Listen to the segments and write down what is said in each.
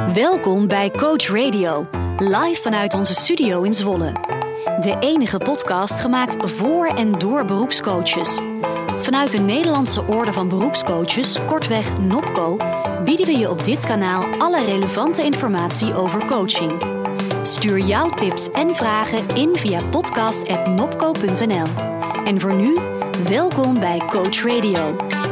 Welkom bij Coach Radio, live vanuit onze studio in Zwolle. De enige podcast gemaakt voor en door beroepscoaches. Vanuit de Nederlandse Orde van Beroepscoaches, kortweg NOBCO, bieden we je op dit kanaal alle relevante informatie over coaching. Stuur jouw tips en vragen in via podcast@nobco.nl. En voor nu, welkom bij Coach Radio.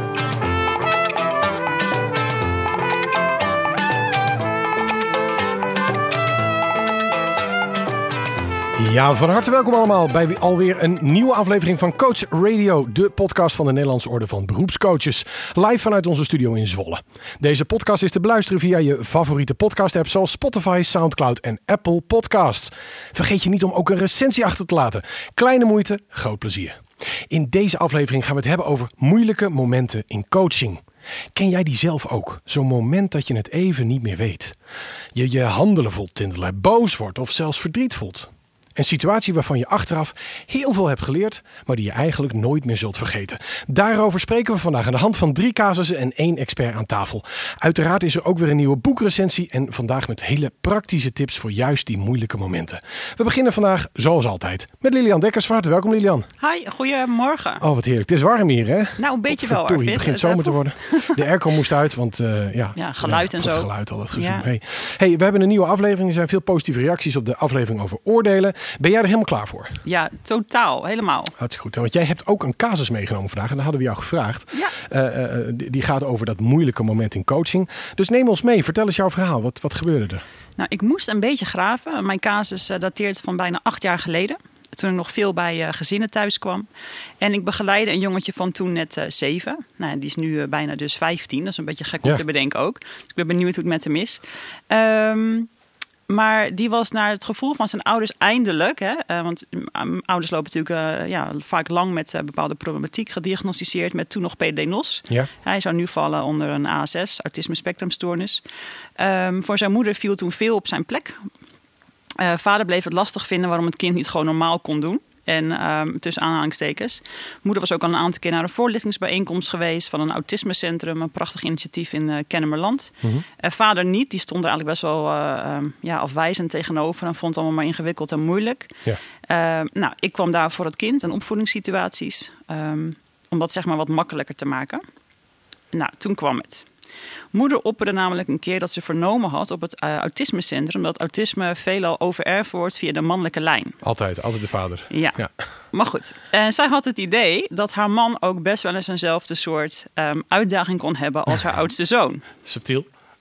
Ja, van harte welkom allemaal bij alweer een nieuwe aflevering van Coach Radio, de podcast van de Nederlandse Orde van Beroepscoaches. Live vanuit onze studio in Zwolle. Deze podcast is te beluisteren via je favoriete podcast-app zoals Spotify, Soundcloud en Apple Podcasts. Vergeet je niet om ook een recensie achter te laten. Kleine moeite, groot plezier. In deze aflevering gaan we het hebben over moeilijke momenten in coaching. Ken jij die zelf ook? Zo'n moment dat je het even niet meer weet. Je handelen voelt tintelen, boos wordt of zelfs verdriet voelt. Een situatie waarvan je achteraf heel veel hebt geleerd, maar die je eigenlijk nooit meer zult vergeten. Daarover spreken we vandaag aan de hand van 3 casussen en 1 expert aan tafel. Uiteraard is er ook weer een nieuwe boekrecensie en vandaag met hele praktische tips voor juist die moeilijke momenten. We beginnen vandaag, zoals altijd, met Lilian Dekkers. Van harte welkom, Lilian. Hi, goedemorgen. Oh, wat heerlijk. Het is warm hier, hè? Nou, een beetje wel. Het begint zomer te worden. De airco moest uit, want geluid en zo. Het geluid, al dat gezoem. Ja. Hey, we hebben een nieuwe aflevering. Er zijn veel positieve reacties op de aflevering over oordelen. Ben jij er helemaal klaar voor? Ja, totaal. Helemaal. Hartstikke goed. Want jij hebt ook een casus meegenomen vandaag. En dat hadden we jou gevraagd. Ja. Die gaat over dat moeilijke moment in coaching. Dus neem ons mee. Vertel eens jouw verhaal. Wat gebeurde er? Nou, ik moest een beetje graven. Mijn casus dateert van bijna 8 jaar geleden. Toen ik nog veel bij gezinnen thuis kwam. En ik begeleidde een jongetje van toen net 7. Nou, die is nu bijna dus 15. Dat is een beetje gek om te bedenken ook. Dus ik ben benieuwd hoe het met hem is. Maar die was naar het gevoel van zijn ouders eindelijk. Want ouders lopen natuurlijk vaak lang met bepaalde problematiek gediagnosticeerd. Met toen nog PDD-NOS. Ja. Hij zou nu vallen onder een ASS, autisme spectrumstoornis. Voor zijn moeder viel toen veel op zijn plek. Vader bleef het lastig vinden waarom het kind niet gewoon normaal kon doen. En tussen aanhalingstekens. Moeder was ook al een aantal keer naar een voorlichtingsbijeenkomst geweest van een autismecentrum. Een prachtig initiatief in Kennemerland. Mm-hmm. Vader niet. Die stond er eigenlijk best wel afwijzend tegenover. En vond het allemaal maar ingewikkeld en moeilijk. Ja. Ik kwam daar voor het kind en opvoedingssituaties. Om dat zeg maar wat makkelijker te maken. Nou, toen kwam het. Moeder opperde namelijk een keer dat ze vernomen had op het autismecentrum dat autisme veelal overerfd wordt via de mannelijke lijn. Altijd de vader. Ja. Maar goed. En zij had het idee dat haar man ook best wel eens eenzelfde soort uitdaging kon hebben als haar oudste zoon. Subtiel.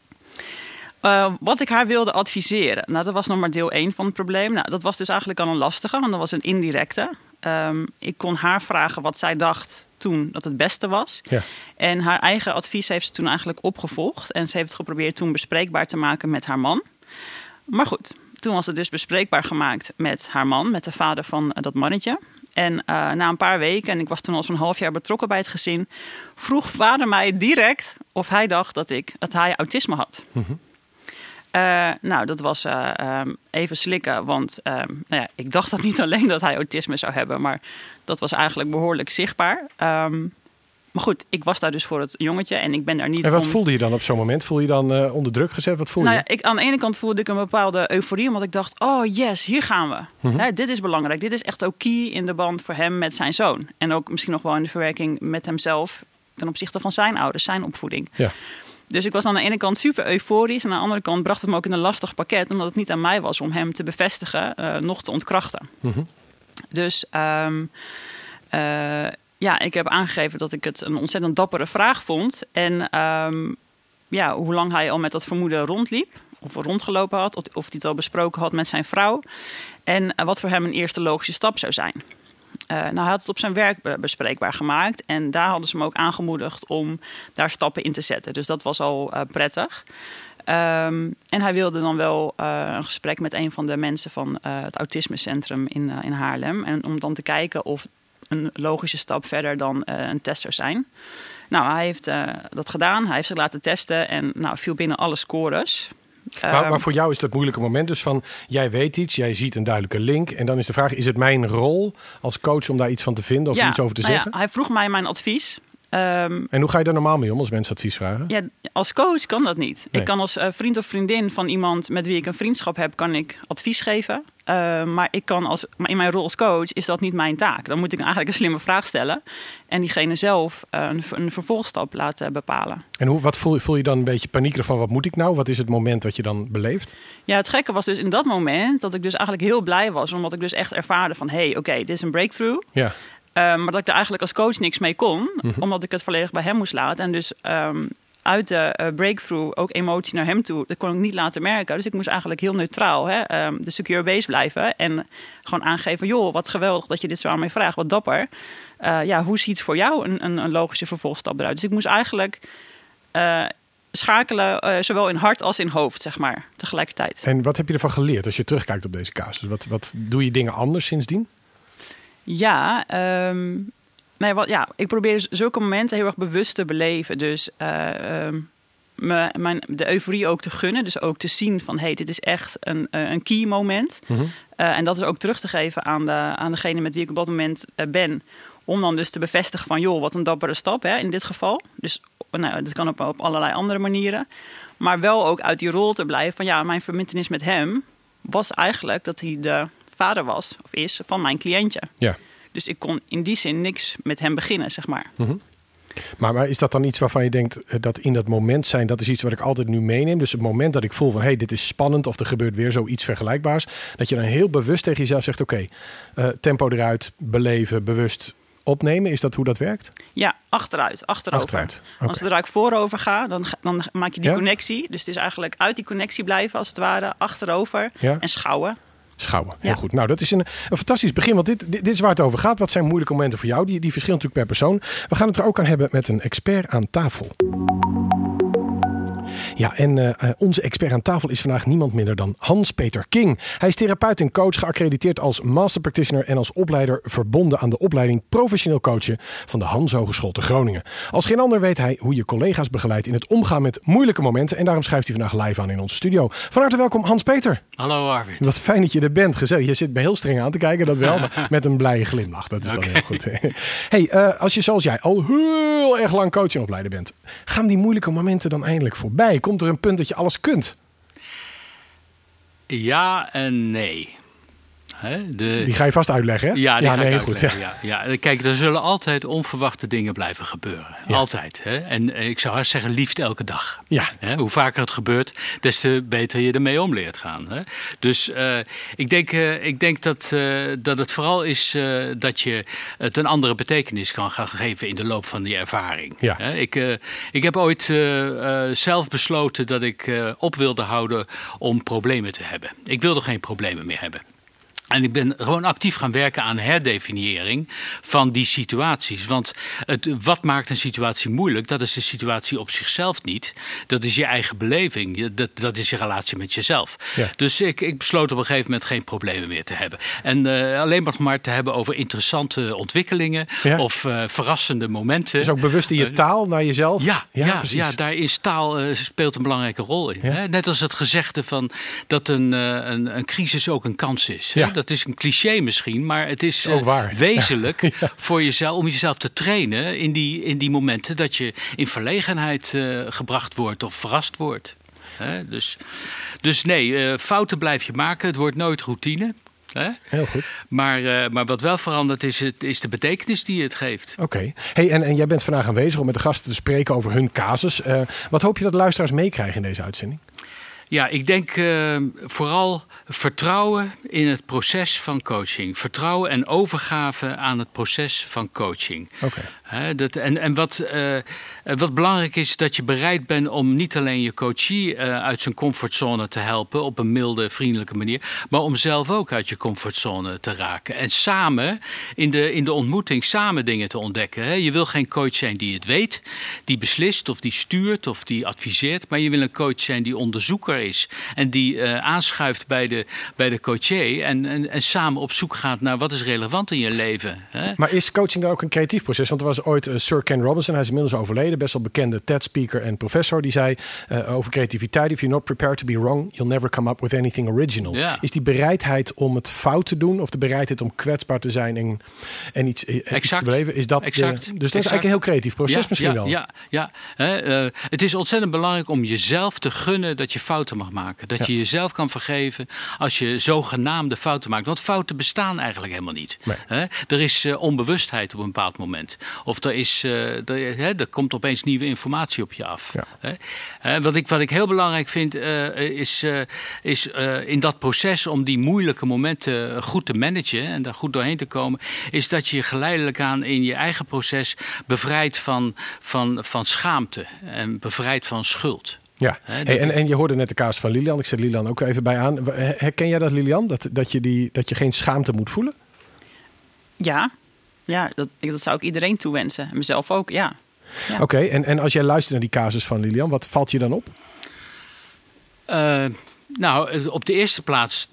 Wat ik haar wilde adviseren. Nou, dat was nog maar deel 1 van het probleem. Nou, dat was dus eigenlijk al een lastige, want dat was een indirecte. Ik kon haar vragen wat zij dacht toen dat het beste was. Ja. En haar eigen advies heeft ze toen eigenlijk opgevolgd. En ze heeft het geprobeerd toen bespreekbaar te maken met haar man. Maar goed, toen was het dus bespreekbaar gemaakt met haar man, met de vader van dat mannetje. En na een paar weken, en ik was toen al zo'n half jaar betrokken bij het gezin, vroeg vader mij direct of hij dacht dat hij autisme had. Mm-hmm. Dat was even slikken, want ik dacht dat niet alleen dat hij autisme zou hebben, maar dat was eigenlijk behoorlijk zichtbaar. Maar goed, ik was daar dus voor het jongetje en ik ben daar niet. En wat voelde je dan op zo'n moment? Voel je dan onder druk gezet? Wat voel je? Aan de ene kant voelde ik een bepaalde euforie, omdat ik dacht, oh yes, hier gaan we. Mm-hmm. Dit is belangrijk. Dit is echt ook key in de band voor hem met zijn zoon. En ook misschien nog wel in de verwerking met hemzelf ten opzichte van zijn ouders, zijn opvoeding. Ja. Dus ik was aan de ene kant super euforisch. En aan de andere kant bracht het me ook in een lastig pakket. Omdat het niet aan mij was om hem te bevestigen, nog te ontkrachten. Mm-hmm. Dus ik heb aangegeven dat ik het een ontzettend dappere vraag vond. En hoe lang hij al met dat vermoeden rondliep. Of rondgelopen had. Of hij het al besproken had met zijn vrouw. En wat voor hem een eerste logische stap zou zijn. Hij had het op zijn werk bespreekbaar gemaakt. En daar hadden ze hem ook aangemoedigd om daar stappen in te zetten. Dus dat was al prettig. En hij wilde dan wel een gesprek met een van de mensen van het autismecentrum in Haarlem. En om dan te kijken of een logische stap verder dan een test zou zijn. Nou, hij heeft dat gedaan. Hij heeft zich laten testen en viel binnen alle scores. Maar voor jou is dat moeilijke moment dus van, jij weet iets, jij ziet een duidelijke link. En dan is de vraag, is het mijn rol als coach om daar iets van te vinden of iets over te zeggen? Hij vroeg mij mijn advies. En hoe ga je daar normaal mee om als mensen advies vragen? Ja, als coach kan dat niet. Nee. Ik kan als vriend of vriendin van iemand met wie ik een vriendschap heb, kan ik advies geven. Maar in mijn rol als coach is dat niet mijn taak. Dan moet ik eigenlijk een slimme vraag stellen en diegene zelf een vervolgstap laten bepalen. En wat voel je dan een beetje paniekerig van wat moet ik nou? Wat is het moment dat je dan beleeft? Ja, het gekke was dus in dat moment dat ik dus eigenlijk heel blij was, omdat ik dus echt ervaarde van oké, dit is een breakthrough. Ja. Maar dat ik er eigenlijk als coach niks mee kon, omdat ik het volledig bij hem moest laten. En dus uit de breakthrough ook emotie naar hem toe, dat kon ik niet laten merken. Dus ik moest eigenlijk heel neutraal de secure base blijven. En gewoon aangeven, joh, wat geweldig dat je dit zo aan mij vraagt. Wat dapper. Hoe ziet voor jou een logische vervolgstap eruit? Dus ik moest eigenlijk schakelen, zowel in hart als in hoofd, zeg maar, tegelijkertijd. En wat heb je ervan geleerd als je terugkijkt op deze casus? Wat doe je dingen anders sindsdien? Ja, ik probeer dus zulke momenten heel erg bewust te beleven. Dus de euforie ook te gunnen. Dus ook te zien van, dit is echt een key moment. Mm-hmm. En dat is ook terug te geven aan degene met wie ik op dat moment ben. Om dan dus te bevestigen van, joh, wat een dappere stap in dit geval. Dus dat kan op allerlei andere manieren. Maar wel ook uit die rol te blijven van, mijn verbintenis met hem was eigenlijk dat hij de vader was of is van mijn cliëntje. Ja. Dus ik kon in die zin niks met hem beginnen, zeg maar. Mm-hmm. Maar is dat dan iets waarvan je denkt dat in dat moment zijn, dat is iets wat ik altijd nu meeneem. Dus het moment dat ik voel van, dit is spannend of er gebeurt weer zoiets vergelijkbaars. Dat je dan heel bewust tegen jezelf zegt, oké, tempo eruit, beleven, bewust opnemen. Is dat hoe dat werkt? Ja, achterover. Okay. Als zodra ik voorover ga, dan maak je die connectie. Dus het is eigenlijk uit die connectie blijven als het ware, achterover en schouwen. Schouwen, heel goed. Nou, dat is een fantastisch begin, want dit is waar het over gaat. Wat zijn moeilijke momenten voor jou? Die verschillen natuurlijk per persoon. We gaan het er ook aan hebben met een expert aan tafel. Ja, en onze expert aan tafel is vandaag niemand minder dan Hans-Peter King. Hij is therapeut en coach, geaccrediteerd als master practitioner en als opleider verbonden aan de opleiding professioneel coachen van de Hans Hogeschool te Groningen. Als geen ander weet hij hoe je collega's begeleidt in het omgaan met moeilijke momenten en daarom schrijft hij vandaag live aan in onze studio. Van harte welkom, Hans-Peter. Hallo Arvid. Wat fijn dat je er bent. Gezellig. Je zit me heel streng aan te kijken, dat wel, maar met een blije glimlach. Dat is dan heel goed. Als je zoals jij al heel erg lang coach en opleider bent, gaan die moeilijke momenten dan eindelijk voorbij? Komt er een punt dat je alles kunt? Ja en nee. Die ga je vast uitleggen, hè? Ja, die ga ik uitleggen. Goed, ja. Kijk, er zullen altijd onverwachte dingen blijven gebeuren. Ja. Altijd. En ik zou haast zeggen, liefst elke dag. Ja. Hoe vaker het gebeurt, des te beter je ermee om leert gaan. Dus ik denk dat het vooral is dat je het een andere betekenis kan gaan geven in de loop van die ervaring. Ja. Ik heb ooit zelf besloten dat ik op wilde houden om problemen te hebben. Ik wilde geen problemen meer hebben. En ik ben gewoon actief gaan werken aan herdefiniëring van die situaties. Want wat maakt een situatie moeilijk? Dat is de situatie op zichzelf niet. Dat is je eigen beleving. Dat is je relatie met jezelf. Ja. Dus ik besloot op een gegeven moment geen problemen meer te hebben. En alleen maar te hebben over interessante ontwikkelingen. Ja. Of verrassende momenten. Dus ook bewust in je taal naar jezelf? Ja, daar is taal speelt een belangrijke rol in. Ja. Net als het gezegde van dat een crisis ook een kans is. Ja. Dat is een cliché misschien, maar het is wezenlijk voor jezelf, om jezelf te trainen in die momenten dat je in verlegenheid gebracht wordt of verrast wordt. Dus nee, fouten blijf je maken. Het wordt nooit routine. Heel goed. Maar wat wel verandert is de betekenis die het geeft. Oké. Hey, en jij bent vandaag aanwezig om met de gasten te spreken over hun casus. Wat hoop je dat de luisteraars meekrijgen in deze uitzending? Ja, ik denk vooral vertrouwen in het proces van coaching. Vertrouwen en overgave aan het proces van coaching. Okay. En wat belangrijk is, dat je bereid bent om niet alleen je coachie uit zijn comfortzone te helpen op een milde, vriendelijke manier, maar om zelf ook uit je comfortzone te raken. En samen, in de ontmoeting, samen dingen te ontdekken. Je wil geen coach zijn die het weet, die beslist of die stuurt of die adviseert, maar je wil een coach zijn die onderzoeker is en die aanschuift bij de coaché en samen op zoek gaat naar wat is relevant in je leven. Maar is coaching dan ook een creatief proces? Want er was was ooit Sir Ken Robinson. Hij is inmiddels overleden. Best wel bekende TED-speaker en professor. Die zei over creativiteit. If you're not prepared to be wrong, you'll never come up with anything original. Ja. Is die bereidheid om het fout te doen, of de bereidheid om kwetsbaar te zijn en iets te beleven, is dat dus dat is eigenlijk een heel creatief proces misschien wel. Ja. Het is ontzettend belangrijk om jezelf te gunnen dat je fouten mag maken. Dat je jezelf kan vergeven als je zogenaamde fouten maakt. Want fouten bestaan eigenlijk helemaal niet. Nee. Er is onbewustheid op een bepaald moment. Of er komt opeens nieuwe informatie op je af. Ja. Wat ik heel belangrijk vind is in dat proces om die moeilijke momenten goed te managen en daar goed doorheen te komen, is dat je geleidelijk aan in je eigen proces bevrijdt van schaamte en bevrijdt van schuld. Ja, en je hoorde net de casus van Lilian. Ik zet Lilian ook even bij aan. Herken jij dat, Lilian? Dat je geen schaamte moet voelen? Ja, dat zou ik iedereen toewensen. En mezelf ook, ja. Oké, en als jij luistert naar die casus van Lilian, wat valt je dan op? Nou, op de eerste plaats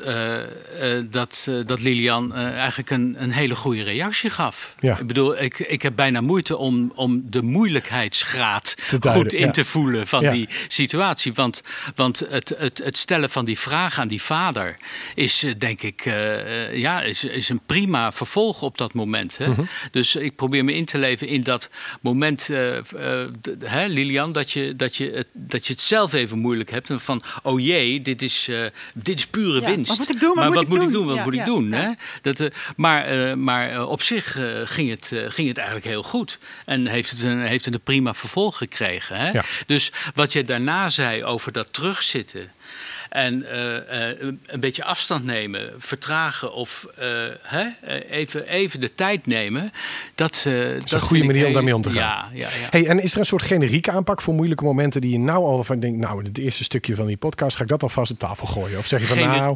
dat Lilian eigenlijk een hele goede reactie gaf. Ja. Ik bedoel, ik heb bijna moeite om de moeilijkheidsgraad goed in te voelen van die situatie. Want het stellen van die vraag aan die vader is, denk ik, is een prima vervolg op dat moment. Hè? Mm-hmm. Dus ik probeer me in te leven in dat moment, Lilian, dat je het zelf even moeilijk hebt. Van, oh jee, dit is pure winst. Wat moet ik doen? Wat moet ik doen? Hè? Maar op zich ging het eigenlijk heel goed. En heeft het een prima vervolg gekregen. Hè? Ja. Dus wat je daarna zei over dat terugzitten en een beetje afstand nemen, vertragen of even de tijd nemen. Dat is een goede manier om daarmee om te gaan. Ja. Hey, en is er een soort generieke aanpak voor moeilijke momenten die je nou al van denkt, nou, het eerste stukje van die podcast ga ik dat alvast op tafel gooien? Of zeg je van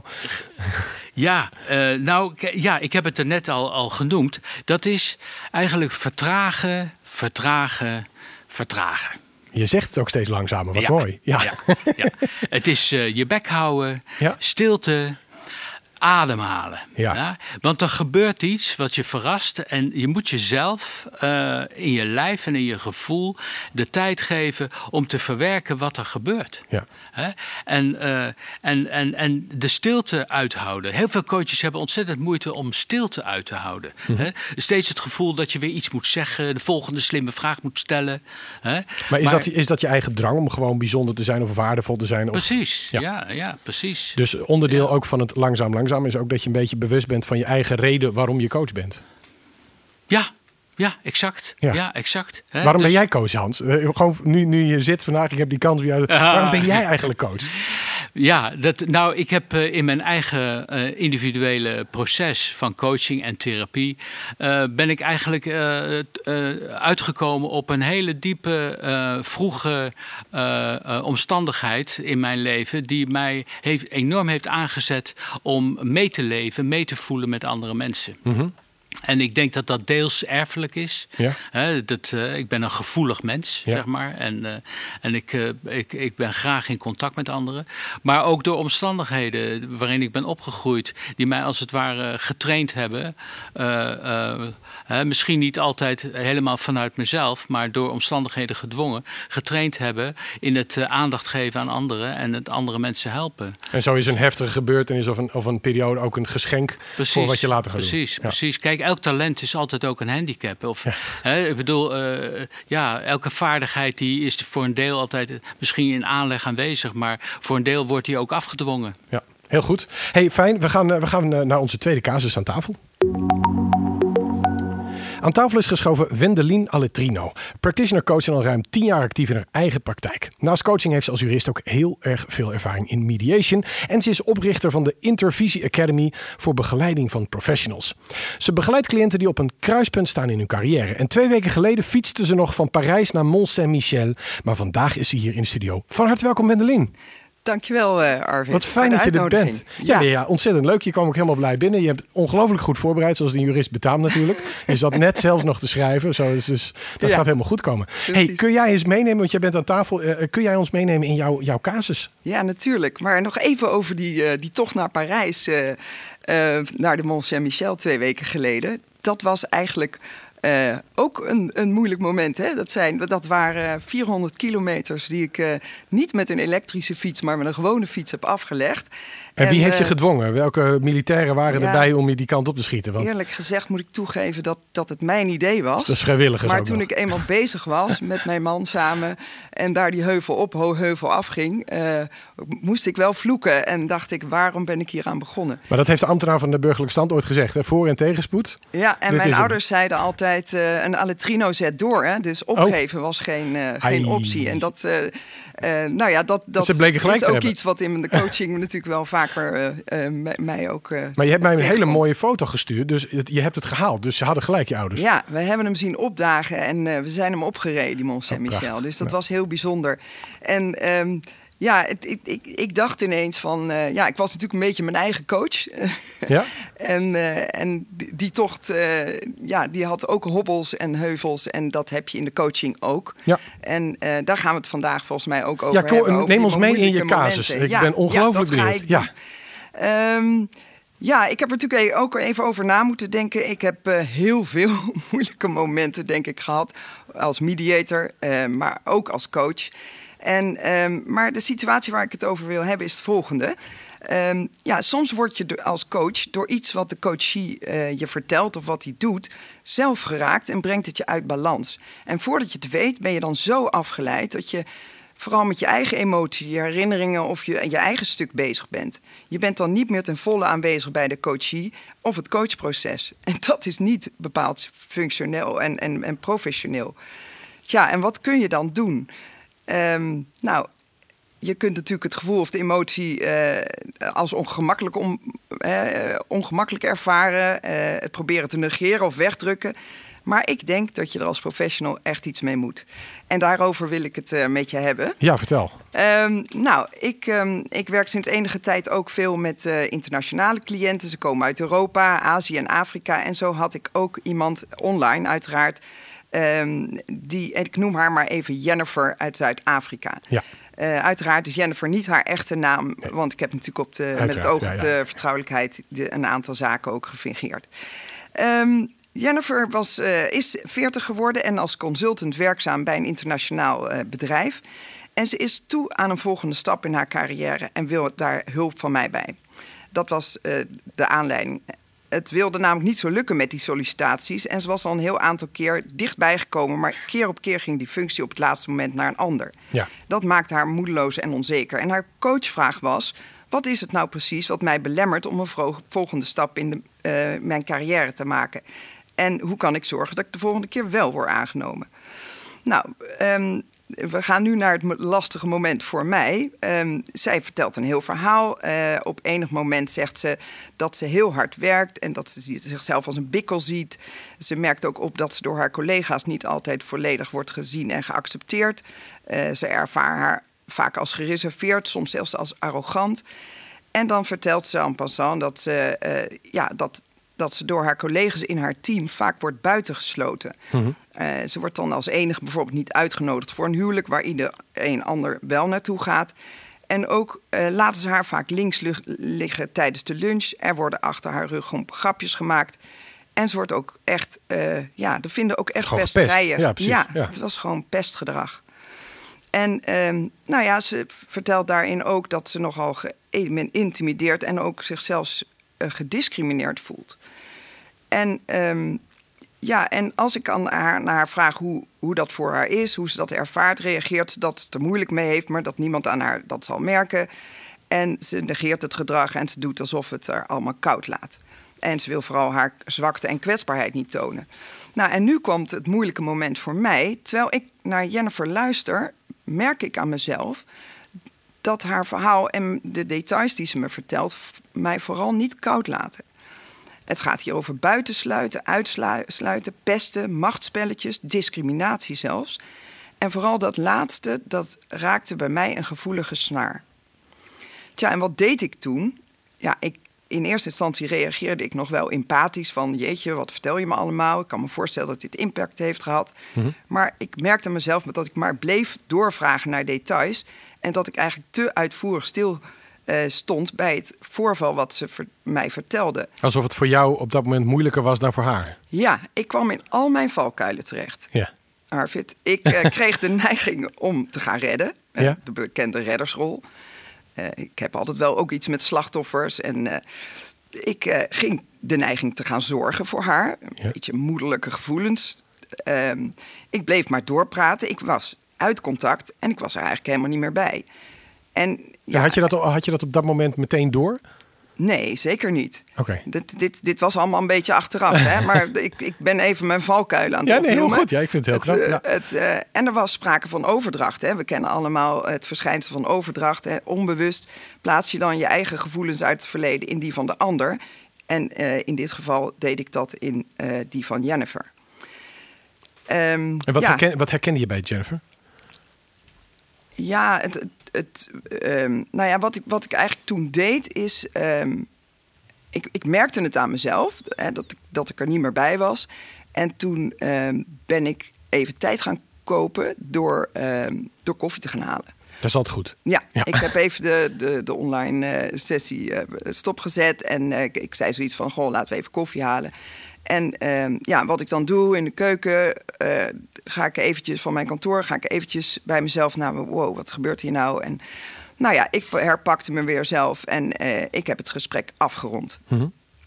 ik heb het er net al genoemd. Dat is eigenlijk vertragen. Je zegt het ook steeds langzamer, wat mooi. Ja. Het is je bek houden, stilte, ademhalen. Ja? Want er gebeurt iets wat je verrast en je moet jezelf in je lijf en in je gevoel de tijd geven om te verwerken wat er gebeurt. Ja. En de stilte uithouden. Heel veel coaches hebben ontzettend moeite om stilte uit te houden. Mm-hmm. Steeds het gevoel dat je weer iets moet zeggen, de volgende slimme vraag moet stellen. Maar is dat je eigen drang om gewoon bijzonder te zijn of waardevol te zijn? Precies, ja, precies. Dus onderdeel ook van het langzaam is ook dat je een beetje bewust bent van je eigen reden waarom je coach bent. Ja, exact. Ja, exact. Waarom ben jij coach, Hans? Gewoon nu je zit vandaag, ik heb die kans bij jou. Waarom ben jij eigenlijk coach? Ja, ik heb in mijn eigen individuele proces van coaching en therapie ben ik eigenlijk uitgekomen op een hele diepe, vroege omstandigheid in mijn leven die mij enorm heeft aangezet om mee te leven, mee te voelen met andere mensen. Mm-hmm. En ik denk dat dat deels erfelijk is. Ja. Ik ben een gevoelig mens, zeg maar. En ik ben graag in contact met anderen. Maar ook door omstandigheden waarin ik ben opgegroeid, die mij als het ware getraind hebben. Misschien niet altijd helemaal vanuit mezelf, maar door omstandigheden gedwongen, getraind hebben in het aandacht geven aan anderen en het andere mensen helpen. En zo is een heftige gebeurtenis of een periode ook een geschenk voor wat je later gaat doen. Precies. Kijk, elk talent is altijd ook een handicap. Ik bedoel, elke vaardigheid die is voor een deel altijd misschien in aanleg aanwezig, maar voor een deel wordt die ook afgedwongen. Ja, heel goed. Hey, fijn. We gaan naar onze tweede casus aan tafel. Aan tafel is geschoven Wendelin Aletrino, practitioner coach en al ruim 10 jaar actief in haar eigen praktijk. Naast coaching heeft ze als jurist ook heel erg veel ervaring in mediation en ze is oprichter van de Intervisie Academy voor begeleiding van professionals. Ze begeleidt cliënten die op een kruispunt staan in hun carrière. En 2 weken geleden fietste ze nog van Parijs naar Mont-Saint-Michel, maar vandaag is ze hier in de studio. Van harte welkom, Wendelin. Dankjewel, Arvid. Wat fijn dat je er bent. Ja, ontzettend leuk. Je kwam ook helemaal blij binnen. Je hebt ongelooflijk goed voorbereid, zoals een jurist betaamt natuurlijk. Je zat net zelfs nog te schrijven. Dus dat gaat helemaal goed komen. Hey, kun jij eens meenemen, want jij bent aan tafel. Kun jij ons meenemen in jouw casus? Ja, natuurlijk. Maar nog even over die tocht naar Parijs. Naar de Mont Saint-Michel 2 weken geleden. Dat was eigenlijk ook een moeilijk moment. Hè? Dat waren 400 kilometers die ik niet met een elektrische fiets, maar met een gewone fiets heb afgelegd. En wie heeft je gedwongen? Welke militairen waren erbij om je die kant op te schieten? Want... Eerlijk gezegd moet ik toegeven dat het mijn idee was. Dat is vrijwilligers. Maar toen ik eenmaal bezig was met mijn man samen en daar die heuvel op, heuvel afging, moest ik wel vloeken en dacht ik, waarom ben ik hier aan begonnen? Maar dat heeft de ambtenaar van de burgerlijke stand ooit gezegd, hè? Voor- en tegenspoed. Ja, en mijn ouders zeiden altijd, een Aletrino zet door. Hè? Dus opgeven was geen optie. En dat ze bleken gelijk is ook hebben. Iets wat in de coaching natuurlijk wel vaker mij ook... maar je hebt mij een hele mooie foto gestuurd, dus je hebt het gehaald. Dus ze hadden gelijk, je ouders. Ja, we hebben hem zien opdagen en we zijn hem opgereden, die Mont Saint-Michel. Dus dat was heel bijzonder. En... ik dacht ineens van... ik was natuurlijk een beetje mijn eigen coach. Ja? en die tocht, die had ook hobbels en heuvels. En dat heb je in de coaching ook. Ja. En daar gaan we het vandaag volgens mij ook over hebben. Over neem ons mee in je casus. Ik ben ongelooflijk benieuwd. Ik heb er natuurlijk ook even over na moeten denken. Ik heb heel veel moeilijke momenten, denk ik, gehad. Als mediator, maar ook als coach. Maar de situatie waar ik het over wil hebben is het volgende. Soms word je als coach door iets wat de coachie je vertelt of wat hij doet, zelf geraakt en brengt het je uit balans. En voordat je het weet ben je dan zo afgeleid dat je vooral met je eigen emotie, je herinneringen of je eigen stuk bezig bent. Je bent dan niet meer ten volle aanwezig bij de coachie of het coachproces. En dat is niet bepaald functioneel en professioneel. Tja, en wat kun je dan doen? Je kunt natuurlijk het gevoel of de emotie als ongemakkelijk ervaren, het proberen te negeren of wegdrukken. Maar ik denk dat je er als professional echt iets mee moet. En daarover wil ik het met je hebben. Ja, vertel. Ik werk sinds enige tijd ook veel met internationale cliënten. Ze komen uit Europa, Azië en Afrika. En zo had ik ook iemand online uiteraard. Ik noem haar maar even Jennifer uit Zuid-Afrika. Ja. Uiteraard is Jennifer niet haar echte naam, want ik heb natuurlijk met het oog op de vertrouwelijkheid een aantal zaken ook gefingeerd. Jennifer is 40 geworden en als consultant werkzaam bij een internationaal bedrijf. En ze is toe aan een volgende stap in haar carrière en wil daar hulp van mij bij. Dat was de aanleiding. Het wilde namelijk niet zo lukken met die sollicitaties. En ze was al een heel aantal keer dichtbij gekomen. Maar keer op keer ging die functie op het laatste moment naar een ander. Ja. Dat maakte haar moedeloos en onzeker. En haar coachvraag was: wat is het nou precies wat mij belemmert om een volgende stap in mijn carrière te maken? En hoe kan ik zorgen dat ik de volgende keer wel word aangenomen? We gaan nu naar het lastige moment voor mij. Zij vertelt een heel verhaal. Op enig moment zegt ze dat ze heel hard werkt en dat ze zichzelf als een bikkel ziet. Ze merkt ook op dat ze door haar collega's niet altijd volledig wordt gezien en geaccepteerd. Ze ervaart haar vaak als gereserveerd, soms zelfs als arrogant. En dan vertelt ze en passant dat ze door haar collega's in haar team vaak wordt buitengesloten. Mm-hmm. Ze wordt dan als enige bijvoorbeeld niet uitgenodigd voor een huwelijk waar iedereen ander wel naartoe gaat. En ook laten ze haar vaak links liggen tijdens de lunch. Er worden achter haar rug om grapjes gemaakt. En ze wordt ook echt, er vinden ook echt pesterijen. Ja, precies. Ja, het was gewoon pestgedrag. En ze vertelt daarin ook dat ze nogal geïntimideerd en ook zichzelf gediscrimineerd voelt. En als ik naar haar vraag hoe dat voor haar is, hoe ze dat ervaart, reageert ze dat het er moeilijk mee heeft, maar dat niemand aan haar dat zal merken. En ze negeert het gedrag en ze doet alsof het er allemaal koud laat. En ze wil vooral haar zwakte en kwetsbaarheid niet tonen. En nu komt het moeilijke moment voor mij. Terwijl ik naar Jennifer luister, merk ik aan mezelf dat haar verhaal en de details die ze me vertelt mij vooral niet koud laten. Het gaat hier over buitensluiten, uitsluiten, pesten, machtsspelletjes, discriminatie zelfs. En vooral dat laatste, dat raakte bij mij een gevoelige snaar. Tja, en wat deed ik toen? Ja, in eerste instantie reageerde ik nog wel empathisch van, jeetje, wat vertel je me allemaal? Ik kan me voorstellen dat dit impact heeft gehad. Mm-hmm. Maar ik merkte mezelf dat ik maar bleef doorvragen naar details en dat ik eigenlijk te uitvoerig stil stond bij het voorval wat ze mij vertelde. Alsof het voor jou op dat moment moeilijker was dan voor haar. Ja, ik kwam in al mijn valkuilen terecht. Ja. Arvid, ik kreeg de neiging om te gaan redden. De bekende reddersrol. Ik heb altijd wel ook iets met slachtoffers. En ik ging de neiging te gaan zorgen voor haar. Een beetje moederlijke gevoelens. Ik bleef maar doorpraten. Ik was uit contact en ik was er eigenlijk helemaal niet meer bij. En had je dat op dat moment meteen door? Nee, zeker niet. Okay. Dit was allemaal een beetje achteraf. Hè? Maar ik ben even mijn valkuilen aan het opnoemen. Heel goed. Ja, ik vind het heel knap. En er was sprake van overdracht. Hè? We kennen allemaal het verschijnsel van overdracht. Hè? Onbewust plaats je dan je eigen gevoelens uit het verleden in die van de ander. En in dit geval deed ik dat in die van Jennifer. En wat herkende je bij Jennifer? Ja, wat ik eigenlijk toen deed is... Ik merkte het aan mezelf, dat ik er niet meer bij was. En toen ben ik even tijd gaan kopen door koffie te gaan halen. Dat is altijd goed. Ja. Ik heb even de online sessie stopgezet. En ik zei zoiets van, laten we even koffie halen. En wat ik dan doe in de keuken, ga ik eventjes van mijn kantoor, bij mezelf naar, wow, wat gebeurt hier nou? En ik herpakte me weer zelf en ik heb het gesprek afgerond. Mm-hmm.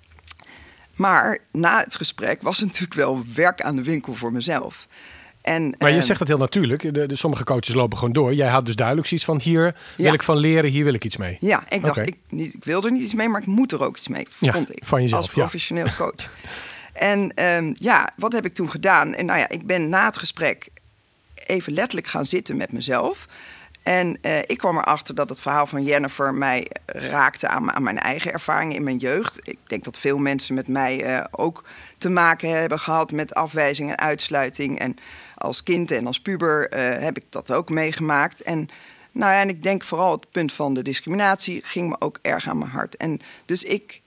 Maar na het gesprek was er natuurlijk wel werk aan de winkel voor mezelf. Maar je zegt dat heel natuurlijk. Sommige coaches lopen gewoon door. Jij had dus duidelijk zoiets van, hier wil ik van leren, hier wil ik iets mee. Ja, ik dacht, ik wil er niet iets mee, maar ik moet er ook iets mee, vond ik. Van jezelf, als professioneel coach. En wat heb ik toen gedaan? En ik ben na het gesprek even letterlijk gaan zitten met mezelf. En ik kwam erachter dat het verhaal van Jennifer mij raakte aan mijn eigen ervaringen in mijn jeugd. Ik denk dat veel mensen met mij ook te maken hebben gehad met afwijzing en uitsluiting. En als kind en als puber heb ik dat ook meegemaakt. En ik denk vooral het punt van de discriminatie ging me ook erg aan mijn hart. En dus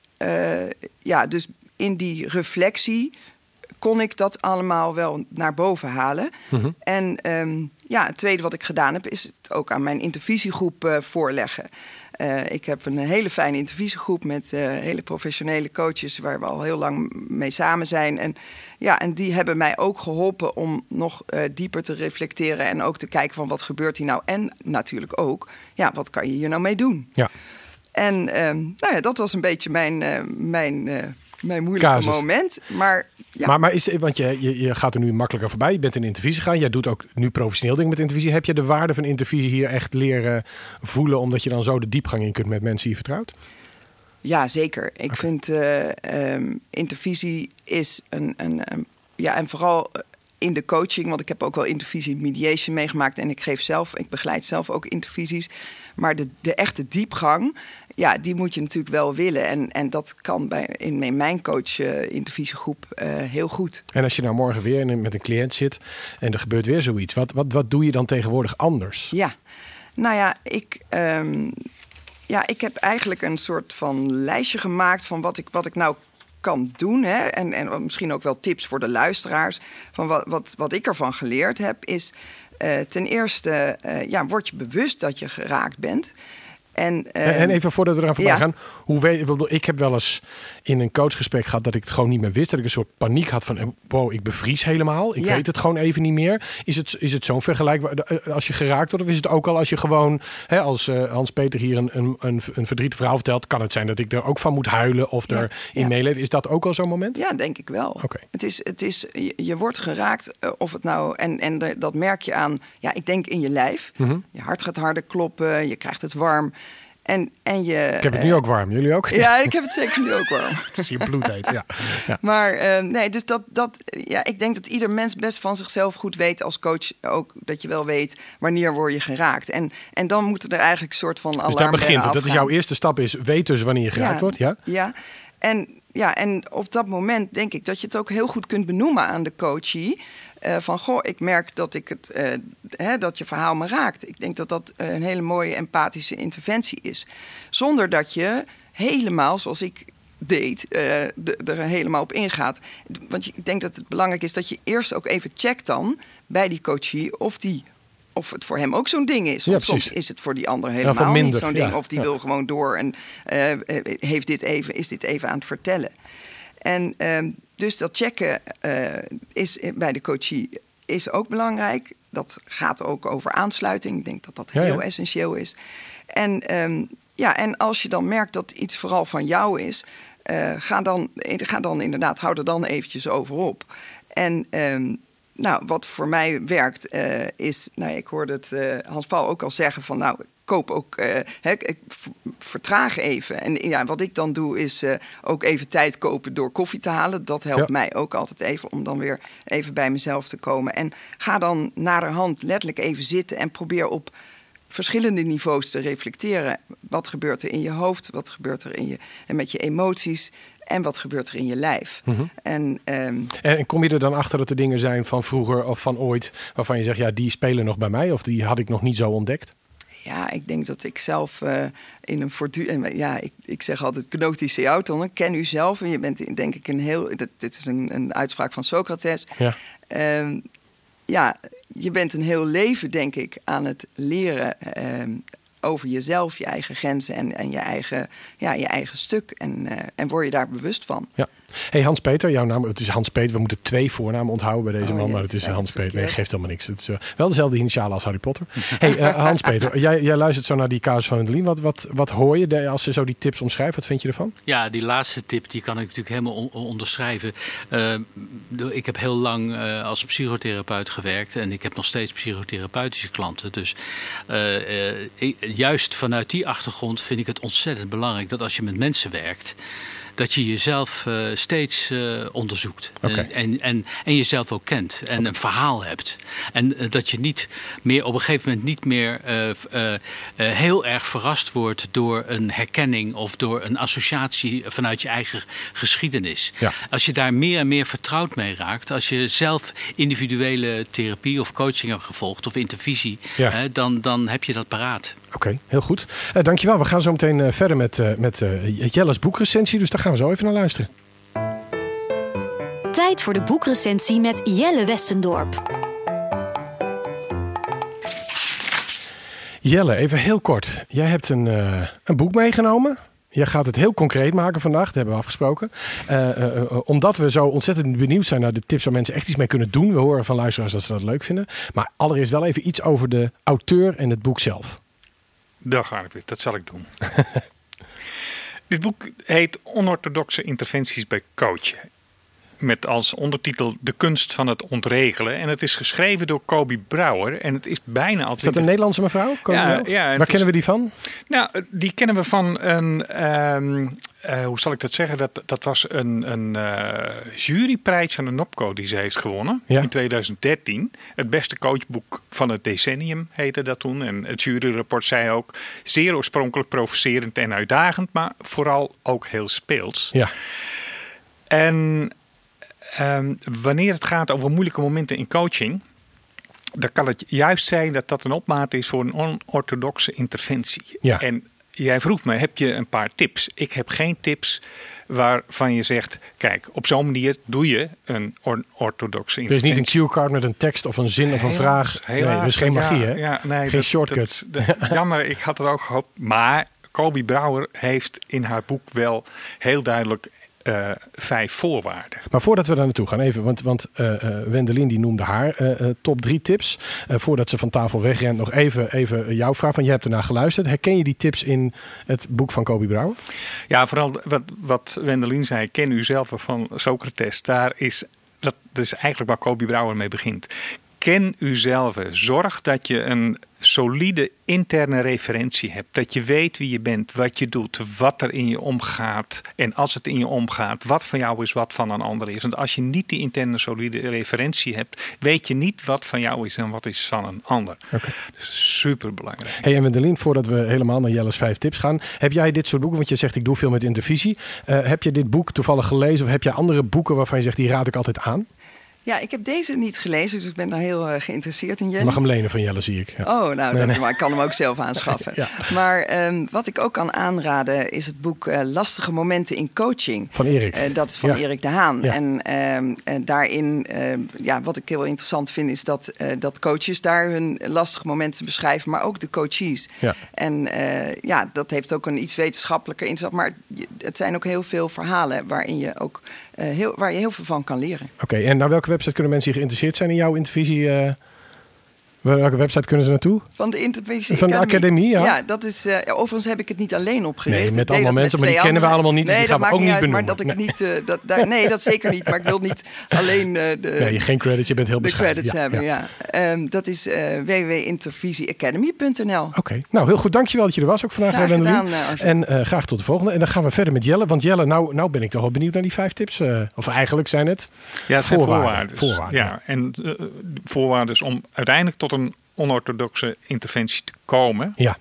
dus in die reflectie kon ik dat allemaal wel naar boven halen. Mm-hmm. En het tweede wat ik gedaan heb, is het ook aan mijn intervisiegroep voorleggen. Ik heb een hele fijne intervisiegroep met hele professionele coaches waar we al heel lang mee samen zijn. En die hebben mij ook geholpen om nog dieper te reflecteren en ook te kijken van wat gebeurt hier nou. En natuurlijk ook, wat kan je hier nou mee doen? Ja. En dat was een beetje mijn moeilijke casus. Moment. Maar want je gaat er nu makkelijker voorbij. Je bent in intervisie gegaan. Jij doet ook nu professioneel dingen met intervisie. Heb je de waarde van intervisie hier echt leren voelen, omdat je dan zo de diepgang in kunt met mensen die je vertrouwt? Ja, zeker. Ik vind intervisie is en vooral in de coaching, want ik heb ook wel intervisie mediation meegemaakt en ik begeleid zelf ook intervisies. Maar de echte diepgang, die moet je natuurlijk wel willen. En dat kan in mijn coach-intervisiegroep heel goed. En als je nou morgen weer met een cliënt zit en er gebeurt weer zoiets, wat doe je dan tegenwoordig anders? Ja, ik heb eigenlijk een soort van lijstje gemaakt van wat ik nou kan doen. Hè? En misschien ook wel tips voor de luisteraars. Van wat ik ervan geleerd heb is ten eerste, word je bewust dat je geraakt bent. En even voordat we eraan voorbij gaan. Ik heb wel eens in een coachgesprek gehad dat ik het gewoon niet meer wist. Dat ik een soort paniek had van, wow, ik bevries helemaal. Ik weet het gewoon even niet meer. Is het zo'n vergelijk als je geraakt wordt? Of is het ook al als je gewoon, als Hans-Peter hier een verdrietig verhaal vertelt, kan het zijn dat ik er ook van moet huilen of erin meeleven? Is dat ook al zo'n moment? Ja, denk ik wel. Okay. Het is, je wordt geraakt of het nou, en dat merk je aan, ik denk in je lijf. Mm-hmm. Je hart gaat harder kloppen, je krijgt het warm. Ik heb het nu ook warm, jullie ook? Ja, ik heb het zeker nu ook warm. Het is hier bloed heet, ja. Maar dus ik denk dat ieder mens best van zichzelf goed weet als coach ook dat je wel weet wanneer word je geraakt. En dan moeten er eigenlijk een soort van alarm. Dus daar begint het. Dat is jouw eerste stap, is weet dus wanneer je geraakt wordt, ja? Ja, en op dat moment denk ik dat je het ook heel goed kunt benoemen aan de coachie. Ik merk dat dat je verhaal me raakt. Ik denk dat dat een hele mooie empathische interventie is. Zonder dat je helemaal, zoals ik deed, er helemaal op ingaat. Want ik denk dat het belangrijk is dat je eerst ook even checkt dan bij die coachie of of het voor hem ook zo'n ding is. Want soms is het voor die ander helemaal minder, niet zo'n ding. Of die wil gewoon door en is dit even aan het vertellen. En dus dat checken is bij de coachie is ook belangrijk. Dat gaat ook over aansluiting. Ik denk dat dat heel essentieel is. En en als je dan merkt dat iets vooral van jou is, ga dan inderdaad, hou er dan eventjes over op. En wat voor mij werkt is, ik hoorde het Hans-Paul ook al zeggen van, koop ook, vertraag even. En wat ik dan doe is ook even tijd kopen door koffie te halen. Dat helpt mij ook altijd even om dan weer even bij mezelf te komen. En ga dan naderhand letterlijk even zitten en probeer op verschillende niveaus te reflecteren. Wat gebeurt er in je hoofd? Wat gebeurt er met je emoties? En wat gebeurt er in je lijf? Mm-hmm. En kom je er dan achter dat er dingen zijn van vroeger of van ooit, waarvan je zegt, die spelen nog bij mij, of die had ik nog niet zo ontdekt? Ja, ik denk dat ik zelf in een voortdurend... ik zeg altijd gnotische auton, ken u zelf. En je bent denk ik dit is een uitspraak van Socrates. Ja. Je bent een heel leven, denk ik, aan het leren over jezelf, je eigen grenzen en je eigen stuk. En word je daar bewust van. Ja. Hey Hans-Peter, jouw naam, het is Hans-Peter. We moeten 2 voornamen onthouden bij deze man, maar het is Hans-Peter. Nee, geeft helemaal niks. Het is wel dezelfde initialen als Harry Potter. Hey Hans-Peter, jij luistert zo naar die casus van Wendelin. Wat hoor je als ze zo die tips omschrijft? Wat vind je ervan? Ja, die laatste tip die kan ik natuurlijk helemaal onderschrijven. Ik heb heel lang als psychotherapeut gewerkt en ik heb nog steeds psychotherapeutische klanten. Dus juist vanuit die achtergrond vind ik het ontzettend belangrijk dat als je met mensen werkt, dat je jezelf steeds onderzoekt. Okay. En jezelf ook kent. En een verhaal hebt. En dat je niet meer op een gegeven moment niet meer heel erg verrast wordt door een herkenning of door een associatie vanuit je eigen geschiedenis. Ja. Als je daar meer en meer vertrouwd mee raakt, als je zelf individuele therapie of coaching hebt gevolgd of intervisie, dan heb je dat paraat. Oké, heel goed. Dankjewel. We gaan zo meteen verder met Jelle's boekrecensie. Dus daar gaan we zo even naar luisteren. Tijd voor de boekrecensie met Jelle Westendorp. Jelle, even heel kort. Jij hebt een boek meegenomen. Jij gaat het heel concreet maken vandaag, dat hebben we afgesproken. Omdat we zo ontzettend benieuwd zijn naar de tips waar mensen echt iets mee kunnen doen. We horen van luisteraars dat ze dat leuk vinden. Maar allereerst wel even iets over de auteur en het boek zelf. Dag Arvid, dat zal ik doen. Dit boek heet Onorthodoxe interventies bij coachen. Met als ondertitel De kunst van het ontregelen. En het is geschreven door Kobi Brouwer. En het is bijna altijd... Is dat een Nederlandse mevrouw? Ja, waar kennen we die van? Nou, die kennen we van een... hoe zal ik dat zeggen? Dat was een juryprijs van de NOPCO die ze heeft gewonnen in 2013. Het beste coachboek van het decennium heette dat toen. En het juryrapport zei ook zeer oorspronkelijk, provocerend en uitdagend, maar vooral ook heel speels. Ja. En wanneer het gaat over moeilijke momenten in coaching, dan kan het juist zijn dat dat een opmaat is voor een onorthodoxe interventie. Ja. En jij vroeg me, heb je een paar tips? Ik heb geen tips waarvan je zegt, kijk, op zo'n manier doe je een orthodoxe interventie. Er is niet een cue-card met een tekst of een zin of een vraag. Nee, dat is geen magie, hè? Ja, nee, geen shortcut. Jammer, ik had er ook gehoopt. Maar Kobi Brouwer heeft in haar boek wel heel duidelijk 5 voorwaarden. Maar voordat we daar naartoe gaan, even, want Wendelin die noemde haar top 3 tips. Voordat ze van tafel wegrent, nog even jouw vraag, want je hebt ernaar geluisterd. Herken je die tips in het boek van Kobi Brouwer? Ja, vooral wat Wendelin zei, ken u zelf van Socrates. Dat is eigenlijk waar Kobi Brouwer mee begint. Ken uzelf. Zorg dat je een solide interne referentie hebt. Dat je weet wie je bent, wat je doet, wat er in je omgaat. En als het in je omgaat, wat van jou is, wat van een ander is. Want als je niet die interne solide referentie hebt, weet je niet wat van jou is en wat is van een ander. Okay. Dus superbelangrijk. Hey, en Wendelin, voordat we helemaal naar Jelle's 5 tips gaan. Heb jij dit soort boeken, want je zegt ik doe veel met intervisie. Heb je dit boek toevallig gelezen of heb je andere boeken waarvan je zegt die raad ik altijd aan? Ja, ik heb deze niet gelezen, dus ik ben daar heel geïnteresseerd in, Jelle. Je mag hem lenen van Jelle, zie ik. Ja. Oh, nou, maar ik kan hem ook zelf aanschaffen. Ja. Maar wat ik ook kan aanraden is het boek Lastige Momenten in Coaching. Van Erik. Dat is van Erik de Haan. Ja. En daarin, wat ik heel interessant vind, is dat coaches daar hun lastige momenten beschrijven, maar ook de coaches. Ja. En dat heeft ook een iets wetenschappelijker inslag. Maar het zijn ook heel veel verhalen waarin je ook waar je heel veel van kan leren. Oké, en naar welke website kunnen mensen die geïnteresseerd zijn in jouw intervisie? Welke website kunnen ze naartoe? Van de Intervisie Van de Academie, ja. Ja, dat is... overigens heb ik het niet alleen opgelezen. Nee, met allemaal mensen, maar die kennen we allemaal niet. Dus die gaan we ook niet benoemen. Maar dat ik niet... nee, dat zeker niet. Maar ik wil niet alleen nee, geen credits. Je bent heel bescheiden. De credits hebben, ja. Dat is www.intervisieacademy.nl. Oké. Nou, heel goed. Dankjewel dat je er was ook vandaag. Graag gedaan, en graag tot de volgende. En dan gaan we verder met Jelle. Want Jelle, nou ben ik toch wel benieuwd naar die 5 tips. Of eigenlijk zijn het... Ja, het zijn voorwaarden. Ja, en voorwaarden om uiteindelijk tot een onorthodoxe interventie te komen. Ja.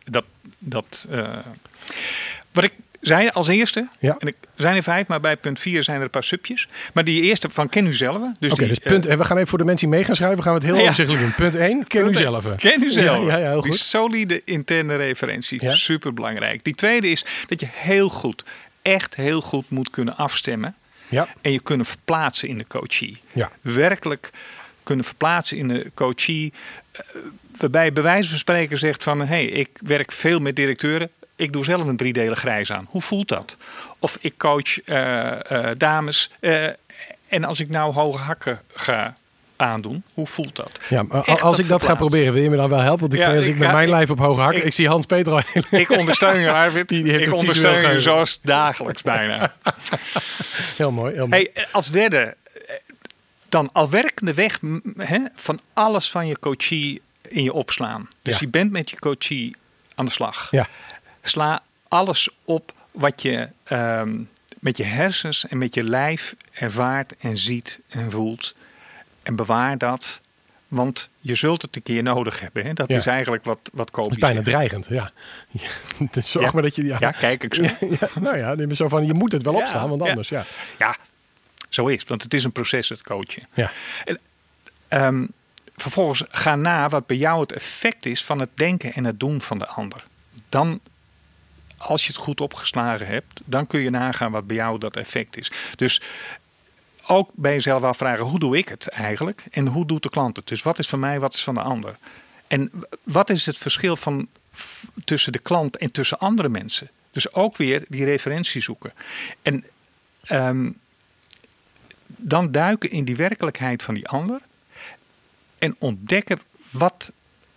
Wat ik zei als eerste, en er zijn er 5, maar bij punt 4 zijn er een paar subjes. Maar die eerste van ken u zelf. Dus punt, we gaan even voor de mensen die mee gaan schrijven, gaan we het heel overzichtelijk doen. Punt 1, ken u zelf. Ken u zelf. Ja, heel goed. Die solide interne referentie, super belangrijk. Die tweede is dat je echt heel goed moet kunnen afstemmen. Ja. En je kunnen verplaatsen in de coachie. Ja. Werkelijk kunnen verplaatsen in de coachie. Waarbij bij wijze van spreken zegt van... ik werk veel met directeuren. Ik doe zelf een 3-delen grijs aan. Hoe voelt dat? Of ik coach dames. En als ik nou hoge hakken ga aandoen, hoe voelt dat? Ja, als ik dat ga proberen, wil je me dan wel helpen? Want als ik met mijn lijf op hoge hakken... Ik zie Hans-Peter al... Ik ondersteun je, Arvid. Ik ondersteun je zoals dagelijks bijna. Heel mooi. Heel mooi. Als derde... Dan al werkende weg van alles van je coachie in je opslaan. Dus je bent met je coachie aan de slag. Ja. Sla alles op wat je met je hersens en met je lijf ervaart en ziet en voelt. En bewaar dat, want je zult het een keer nodig hebben. Hè? Dat is eigenlijk wat Kobi zegt. Dat is bijna dreigend, ja. Zorg maar dat je... Ja, kijk ik zo. Zo van, je moet het wel opslaan, want anders... Ja. Zo is het, want het is een proces, het coachen. Ja. En, vervolgens ga na wat bij jou het effect is van het denken en het doen van de ander. Dan, als je het goed opgeslagen hebt, dan kun je nagaan wat bij jou dat effect is. Dus ook bij jezelf afvragen, hoe doe ik het eigenlijk? En hoe doet de klant het? Dus wat is van mij, wat is van de ander? En wat is het verschil tussen de klant en tussen andere mensen? Dus ook weer die referentie zoeken. En... dan duiken in die werkelijkheid van die ander en ontdekken wat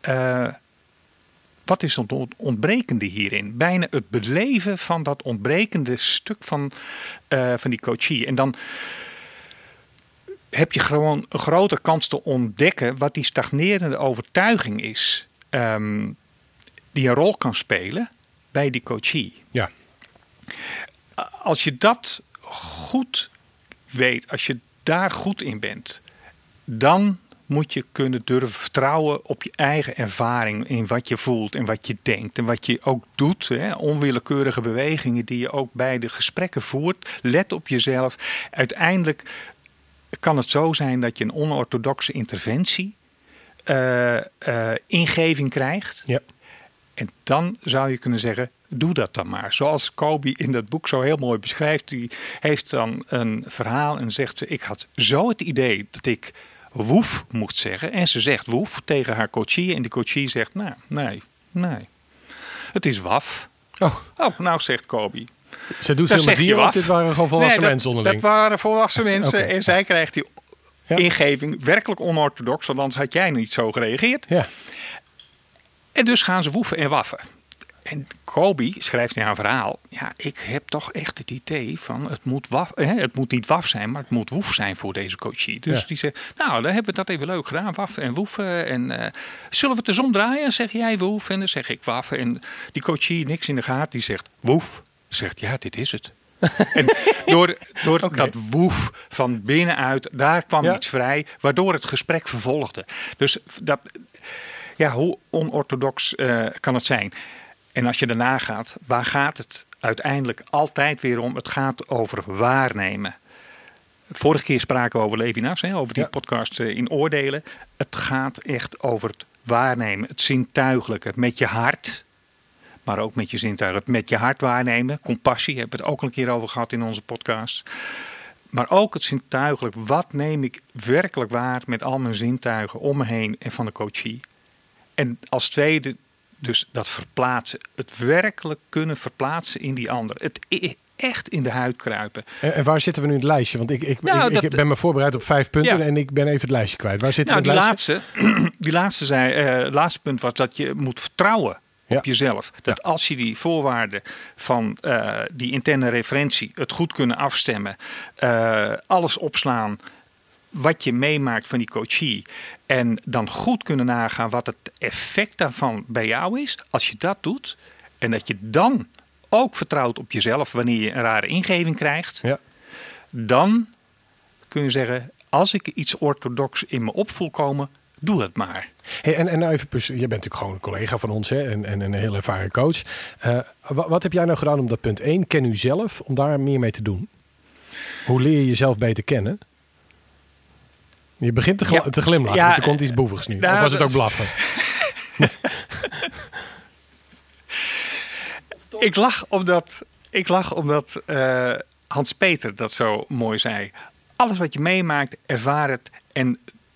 is het ontbrekende hierin. Bijna het beleven van dat ontbrekende stuk van die coachie. En dan heb je gewoon een grotere kans te ontdekken wat die stagnerende overtuiging is die een rol kan spelen bij die coachie. Ja. Als je dat goed weet, als je daar goed in bent, dan moet je kunnen durven vertrouwen op je eigen ervaring in wat je voelt en wat je denkt en wat je ook doet. Hè? Onwillekeurige bewegingen die je ook bij de gesprekken voert. Let op jezelf. Uiteindelijk kan het zo zijn dat je een onorthodoxe interventie ingeving krijgt. Ja. En dan zou je kunnen zeggen, doe dat dan maar. Zoals Kobi in dat boek zo heel mooi beschrijft. Die heeft dan een verhaal en zegt ze, ik had zo het idee dat ik woef moest zeggen. En ze zegt woef tegen haar coachie. En de coachie zegt, nee. Het is waf. Oh, nou zegt Kobi. Ze doet veel met dieren of dit waren gewoon volwassen mensen onderling? Dat waren volwassen mensen. Okay. En zij krijgt die ingeving werkelijk onorthodox. Want anders had jij niet zo gereageerd. Ja. En dus gaan ze woefen en waffen. En Kobi schrijft in haar verhaal, ik heb toch echt het idee van het moet niet waf zijn, maar het moet woef zijn voor deze coachie. Dus die zegt, dan hebben we dat even leuk gedaan, waf en woefen. En zullen we het eens omdraaien? Zeg jij woef en dan zeg ik waf. En die coachie, niks in de gaten, die zegt woef. Zegt, dit is het. En door dat woef van binnenuit, daar kwam iets vrij, waardoor het gesprek vervolgde. Dus hoe onorthodox kan het zijn? En als je daarna gaat, waar gaat het uiteindelijk altijd weer om? Het gaat over waarnemen. Vorige keer spraken we over Levinas, over die podcast in oordelen. Het gaat echt over het waarnemen, het zintuigelijke, het met je hart. Maar ook met je zintuigen, het met je hart waarnemen. Compassie, hebben we het ook al een keer over gehad in onze podcast. Maar ook het zintuigelijk. Wat neem ik werkelijk waar met al mijn zintuigen om me heen en van de coachie? En als tweede, dus dat verplaatsen. Het werkelijk kunnen verplaatsen in die ander. Het echt in de huid kruipen. En waar zitten we nu in het lijstje? Want ik ben me voorbereid op 5 punten en ik ben even het lijstje kwijt. Waar zitten we in het lijstje? Die laatste punt was dat je moet vertrouwen op jezelf. Dat als je die voorwaarden van die interne referentie, het goed kunnen afstemmen, alles opslaan wat je meemaakt van die coachie en dan goed kunnen nagaan wat het effect daarvan bij jou is. Als je dat doet en dat je dan ook vertrouwt op jezelf wanneer je een rare ingeving krijgt, dan kun je zeggen, als ik iets orthodox in me opvoel komen, doe het maar. Hey, en nou even, je bent natuurlijk gewoon een collega van ons en een heel ervaren coach. Wat heb jij nou gedaan om dat punt 1, ken u zelf, om daar meer mee te doen? Hoe leer je jezelf beter kennen? Je begint te glimlachen, dus er komt iets boevigs nu. Of was het ook blaffen? Ik lach omdat Hans Peter dat zo mooi zei. Alles wat je meemaakt, ervaar het en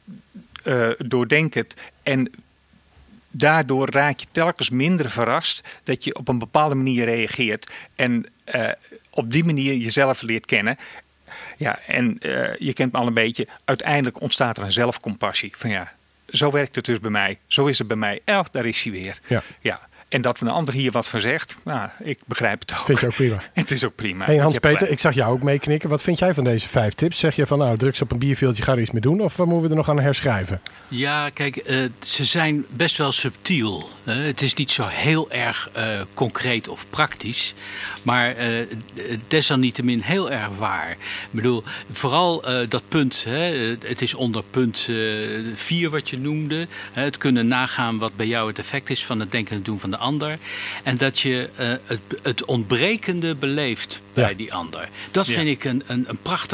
doordenk het. En daardoor raak je telkens minder verrast dat je op een bepaalde manier reageert. En op die manier jezelf leert kennen. Ja, en je kent me al een beetje. Uiteindelijk ontstaat er een zelfcompassie. Van zo werkt het dus bij mij. Zo is het bij mij. Daar is hij weer. Ja. En dat een ander hier wat van zegt, ik begrijp het ook. Vind je ook prima? Het is ook prima. Hey Hans-Peter, ik zag jou ook meeknikken. Wat vind jij van deze 5 tips? Zeg je van drugs op een bierveeltje, ga er iets mee doen? Of moeten we er nog aan herschrijven? Ja, kijk, ze zijn best wel subtiel. Het is niet zo heel erg concreet of praktisch. Maar desalniettemin heel erg waar. Ik bedoel, vooral dat punt, het is onder punt 4 wat je noemde. Het kunnen nagaan wat bij jou het effect is van het denken en doen van de ander. En dat je het ontbrekende beleeft bij die ander. Dat vind ik een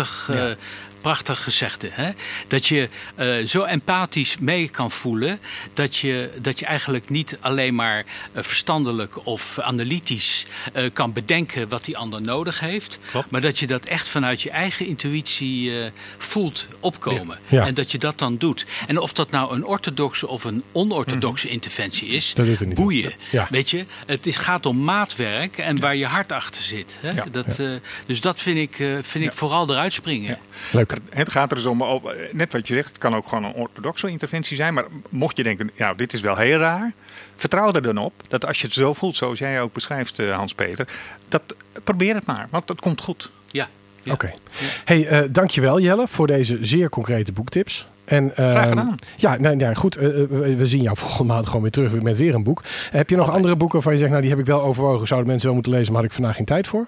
prachtig gezegde. Hè? Dat je zo empathisch mee kan voelen dat je eigenlijk niet alleen maar verstandelijk of analytisch kan bedenken wat die ander nodig heeft. Klopt. Maar dat je dat echt vanuit je eigen intuïtie voelt opkomen. Ja. En dat je dat dan doet. En of dat nou een orthodoxe of een onorthodoxe interventie is, boeien. Ja. Weet je, het gaat om maatwerk en waar je hart achter zit. Hè? Ja. Dus dat vind ik vooral eruit springen. Ja. Leuk. Het gaat er dus om, net wat je zegt, het kan ook gewoon een orthodoxe interventie zijn. Maar mocht je denken, dit is wel heel raar. Vertrouw er dan op dat als je het zo voelt, zoals jij ook beschrijft, Hans-Peter. Probeer het maar, want dat komt goed. Ja. Oké. Hey, dankjewel Jelle voor deze zeer concrete boektips. En, graag gedaan. Ja, goed. We zien jou volgende maand gewoon weer terug met weer een boek. Heb je nog andere boeken waarvan je zegt, die heb ik wel overwogen. Zouden mensen wel moeten lezen, maar had ik vandaag geen tijd voor?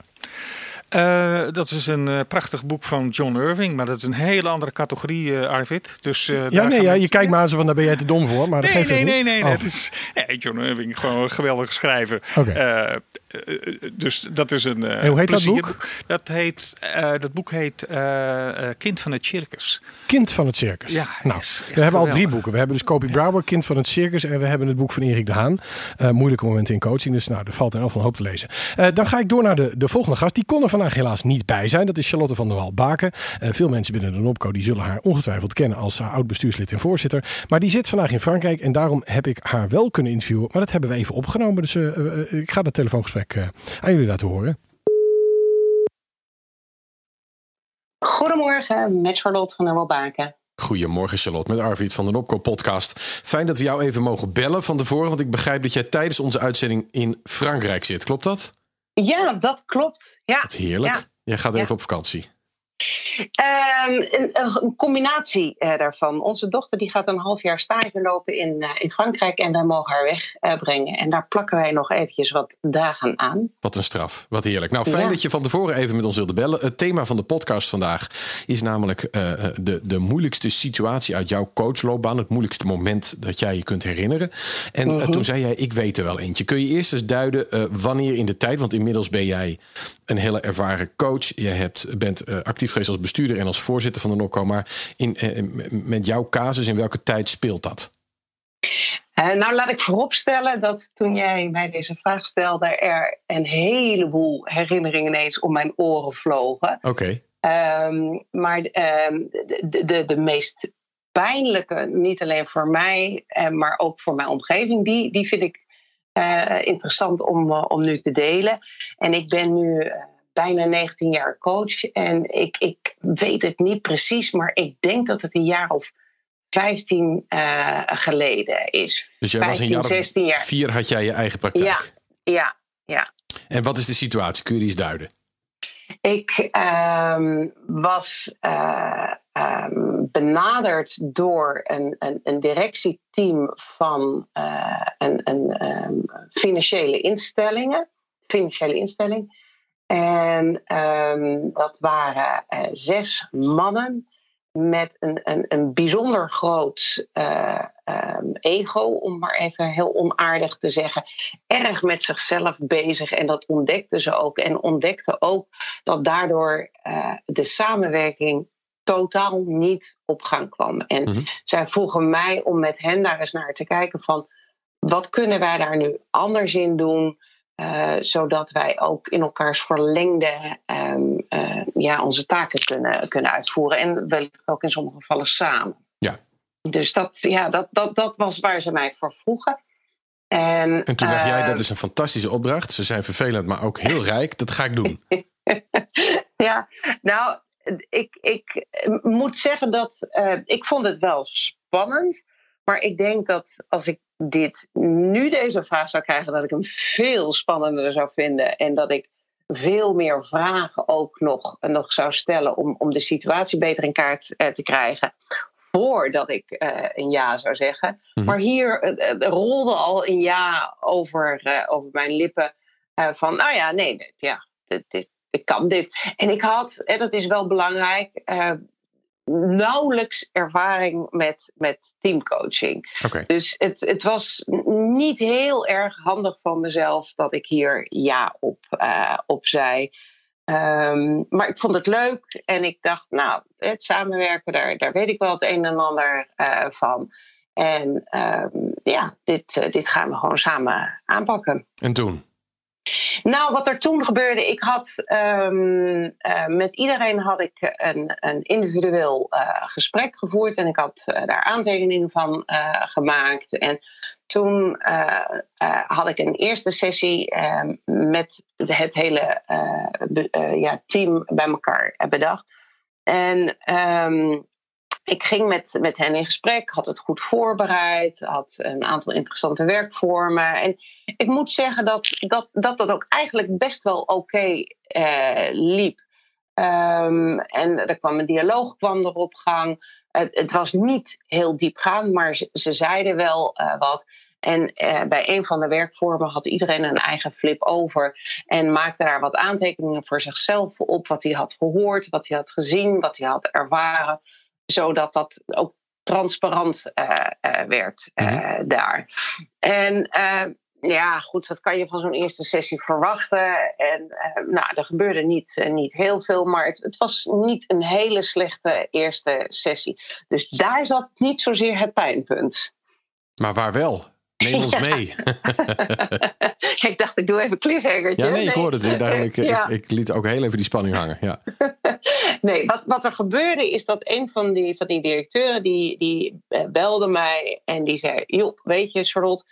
Dat is een prachtig boek van John Irving, maar dat is een hele andere categorie, Arvid. Dus, je kijkt maar zo van, daar ben jij te dom voor. Maar nee. Het is John Irving, gewoon een geweldige schrijver. Okay. Dus dat is een en hoe heet dat boek? Dat boek heet Kind van het Circus. Kind van het Circus. Ja, we hebben al 3 boeken. We hebben dus Kopi Brouwer, Kind van het Circus. En we hebben het boek van Erik de Haan. Moeilijke momenten in coaching. Dus er valt in elk geval een hoop te lezen. Dan ga ik door naar de volgende gast. Die kon er vandaag helaas niet bij zijn. Dat is Charlotte van der Wal-Baken. Veel mensen binnen de NOPCO die zullen haar ongetwijfeld kennen als oud-bestuurslid en voorzitter. Maar die zit vandaag in Frankrijk. En daarom heb ik haar wel kunnen interviewen. Maar dat hebben we even opgenomen. Dus ik ga dat telefoongesprek aan jullie laten horen. Goedemorgen, met Charlotte van der Wal-Baken. Goedemorgen Charlotte, met Arvid van de NOPCO podcast. Fijn dat we jou even mogen bellen van tevoren, want ik begrijp dat jij tijdens onze uitzending in Frankrijk zit. Klopt dat? Ja, dat klopt. Ja. Wat heerlijk. Ja. Jij gaat even op vakantie. Een combinatie daarvan. Onze dochter die gaat een half jaar stage lopen in Frankrijk en wij mogen haar wegbrengen. En daar plakken wij nog eventjes wat dagen aan. Wat een straf, wat heerlijk. Nou, fijn dat je van tevoren even met ons wilde bellen. Het thema van de podcast vandaag is namelijk de moeilijkste situatie uit jouw coachloopbaan. Het moeilijkste moment dat jij je kunt herinneren. En toen zei jij, ik weet er wel eentje. Kun je eerst eens duiden wanneer in de tijd, want inmiddels ben jij een hele ervaren coach. Je bent actief geweest als bestuurder en als voorzitter van de NOPCO. Maar met jouw casus, in welke tijd speelt dat? Nou, laat ik vooropstellen dat toen jij mij deze vraag stelde, er een heleboel herinneringen ineens om mijn oren vlogen. Oké. Maar de meest pijnlijke, niet alleen voor mij, maar ook voor mijn omgeving, die vind ik interessant om nu te delen. En ik ben nu bijna 19 jaar coach en ik weet het niet precies, maar ik denk dat het een jaar of 15 geleden is. Dus jij 15, was een jaar 16 jaar. 4 had jij je eigen praktijk? Ja. En wat is de situatie? Kun je die eens duiden? Ik was benaderd door een directieteam van een financiële instelling. En dat waren 6 mannen met een bijzonder groot ego, om maar even heel onaardig te zeggen. Erg met zichzelf bezig en dat ontdekten ze ook. En ontdekten ook dat daardoor de samenwerking totaal niet op gang kwam. En zij vroegen mij om met hen daar eens naar te kijken van, wat kunnen wij daar nu anders in doen, zodat wij ook in elkaars verlengde onze taken kunnen uitvoeren. En wellicht ook in sommige gevallen samen. Ja. Dus dat was waar ze mij voor vroegen. En toen dacht jij, dat is een fantastische opdracht. Ze zijn vervelend, maar ook heel rijk. Dat ga ik doen. Ja, nou, ik moet zeggen dat ik vond het wel spannend. Maar ik denk dat als ik deze vraag zou krijgen, dat ik hem veel spannender zou vinden. En dat ik veel meer vragen ook nog zou stellen om de situatie beter in kaart te krijgen. Voordat ik een ja zou zeggen. Maar hier rolde al een ja over mijn lippen. Van, nou ja, nee, ik kan dit. En ik had, dat is wel belangrijk, nauwelijks ervaring met teamcoaching. Okay. Dus het was niet heel erg handig van mezelf dat ik hier ja op zei. Maar ik vond het leuk en ik dacht, nou, het samenwerken, daar weet ik wel het een en ander van. En dit gaan we gewoon samen aanpakken. En toen? Nou, wat er toen gebeurde, ik had met iedereen had ik een individueel gesprek gevoerd en ik had daar aantekeningen van gemaakt. En toen had ik een eerste sessie met het hele team bij elkaar bedacht. En ik ging met hen in gesprek, had het goed voorbereid, had een aantal interessante werkvormen. En ik moet zeggen dat ook eigenlijk best wel oké liep. En er kwam een dialoog erop op gang. Het was niet heel diepgaand, maar ze zeiden wel wat. En bij een van de werkvormen had iedereen een eigen flip over. En maakte daar wat aantekeningen voor zichzelf op. Wat hij had gehoord, wat hij had gezien, wat hij had ervaren. Zodat dat ook transparant werd daar. En goed, wat kan je van zo'n eerste sessie verwachten? En er gebeurde niet heel veel, maar het was niet een hele slechte eerste sessie. Dus daar zat niet zozeer het pijnpunt. Maar waar wel? Neem ons mee. Ik dacht, ik doe even een cliffhangertje. Ja, nee, ik hoorde het. Daarom ik liet ook heel even die spanning hangen. Ja. Nee, wat er gebeurde is dat een van die directeuren die belde mij en die zei, joh, weet je, Charlotte,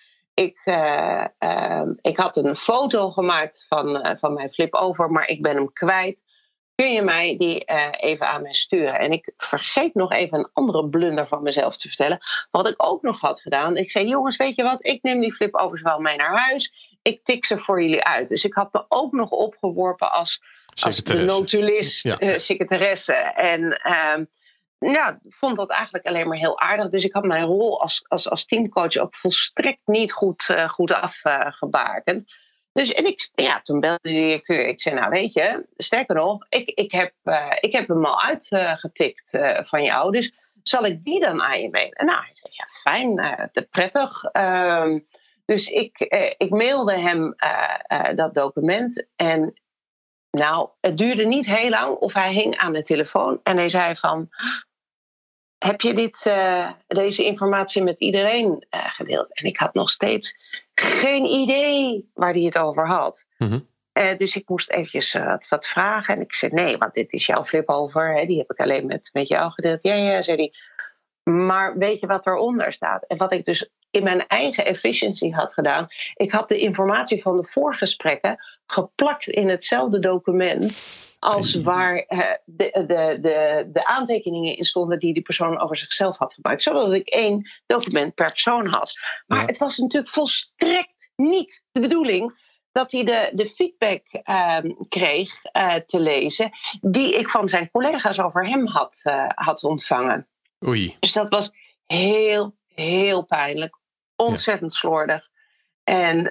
ik had een foto gemaakt van mijn flip over, maar ik ben hem kwijt. Kun je mij die even aan mij sturen? En ik vergeet nog even een andere blunder van mezelf te vertellen. Wat ik ook nog had gedaan. Ik zei, jongens, weet je wat? Ik neem die flip overigens wel mee naar huis. Ik tik ze voor jullie uit. Dus ik had me ook nog opgeworpen als de notulist, secretaresse. En vond dat eigenlijk alleen maar heel aardig. Dus ik had mijn rol als teamcoach ook volstrekt niet goed afgebakend. Dus toen belde de directeur. Ik zei, nou weet je, sterker nog, ik heb hem al uitgetikt van jou. Dus zal ik die dan aan je mailen? Nou, hij zei, ja fijn, prettig. Dus ik mailde hem dat document. En Nou, het duurde niet heel lang of hij hing aan de telefoon en hij zei van... Heb je deze informatie met iedereen gedeeld? En ik had nog steeds geen idee waar hij het over had. Mm-hmm. Dus ik moest eventjes wat vragen. En ik zei, nee, want dit is jouw flip over. Hè? Die heb ik alleen met jou gedeeld. Ja, zei hij. Maar weet je wat eronder staat? En wat ik dus in mijn eigen efficiency had gedaan... ik had de informatie van de voorgesprekken geplakt in hetzelfde document... als waar de aantekeningen in stonden die die persoon over zichzelf had gemaakt. Zodat ik 1 document per persoon had. Maar het was natuurlijk volstrekt niet de bedoeling... dat hij de feedback kreeg te lezen... die ik van zijn collega's over hem had ontvangen. Oei. Dus dat was heel, heel pijnlijk. Ontzettend slordig. En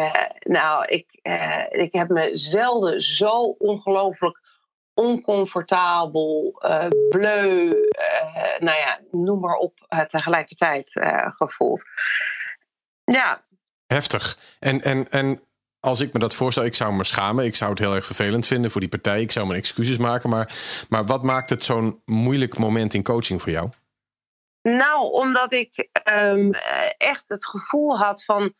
ik heb me zelden zo ongelooflijk oncomfortabel, bleu, noem maar op, tegelijkertijd gevoeld. Ja. Heftig. En als ik me dat voorstel, ik zou me schamen. Ik zou het heel erg vervelend vinden voor die partij. Ik zou mijn excuses maken. Maar wat maakt het zo'n moeilijk moment in coaching voor jou? Nou, omdat ik echt het gevoel had van...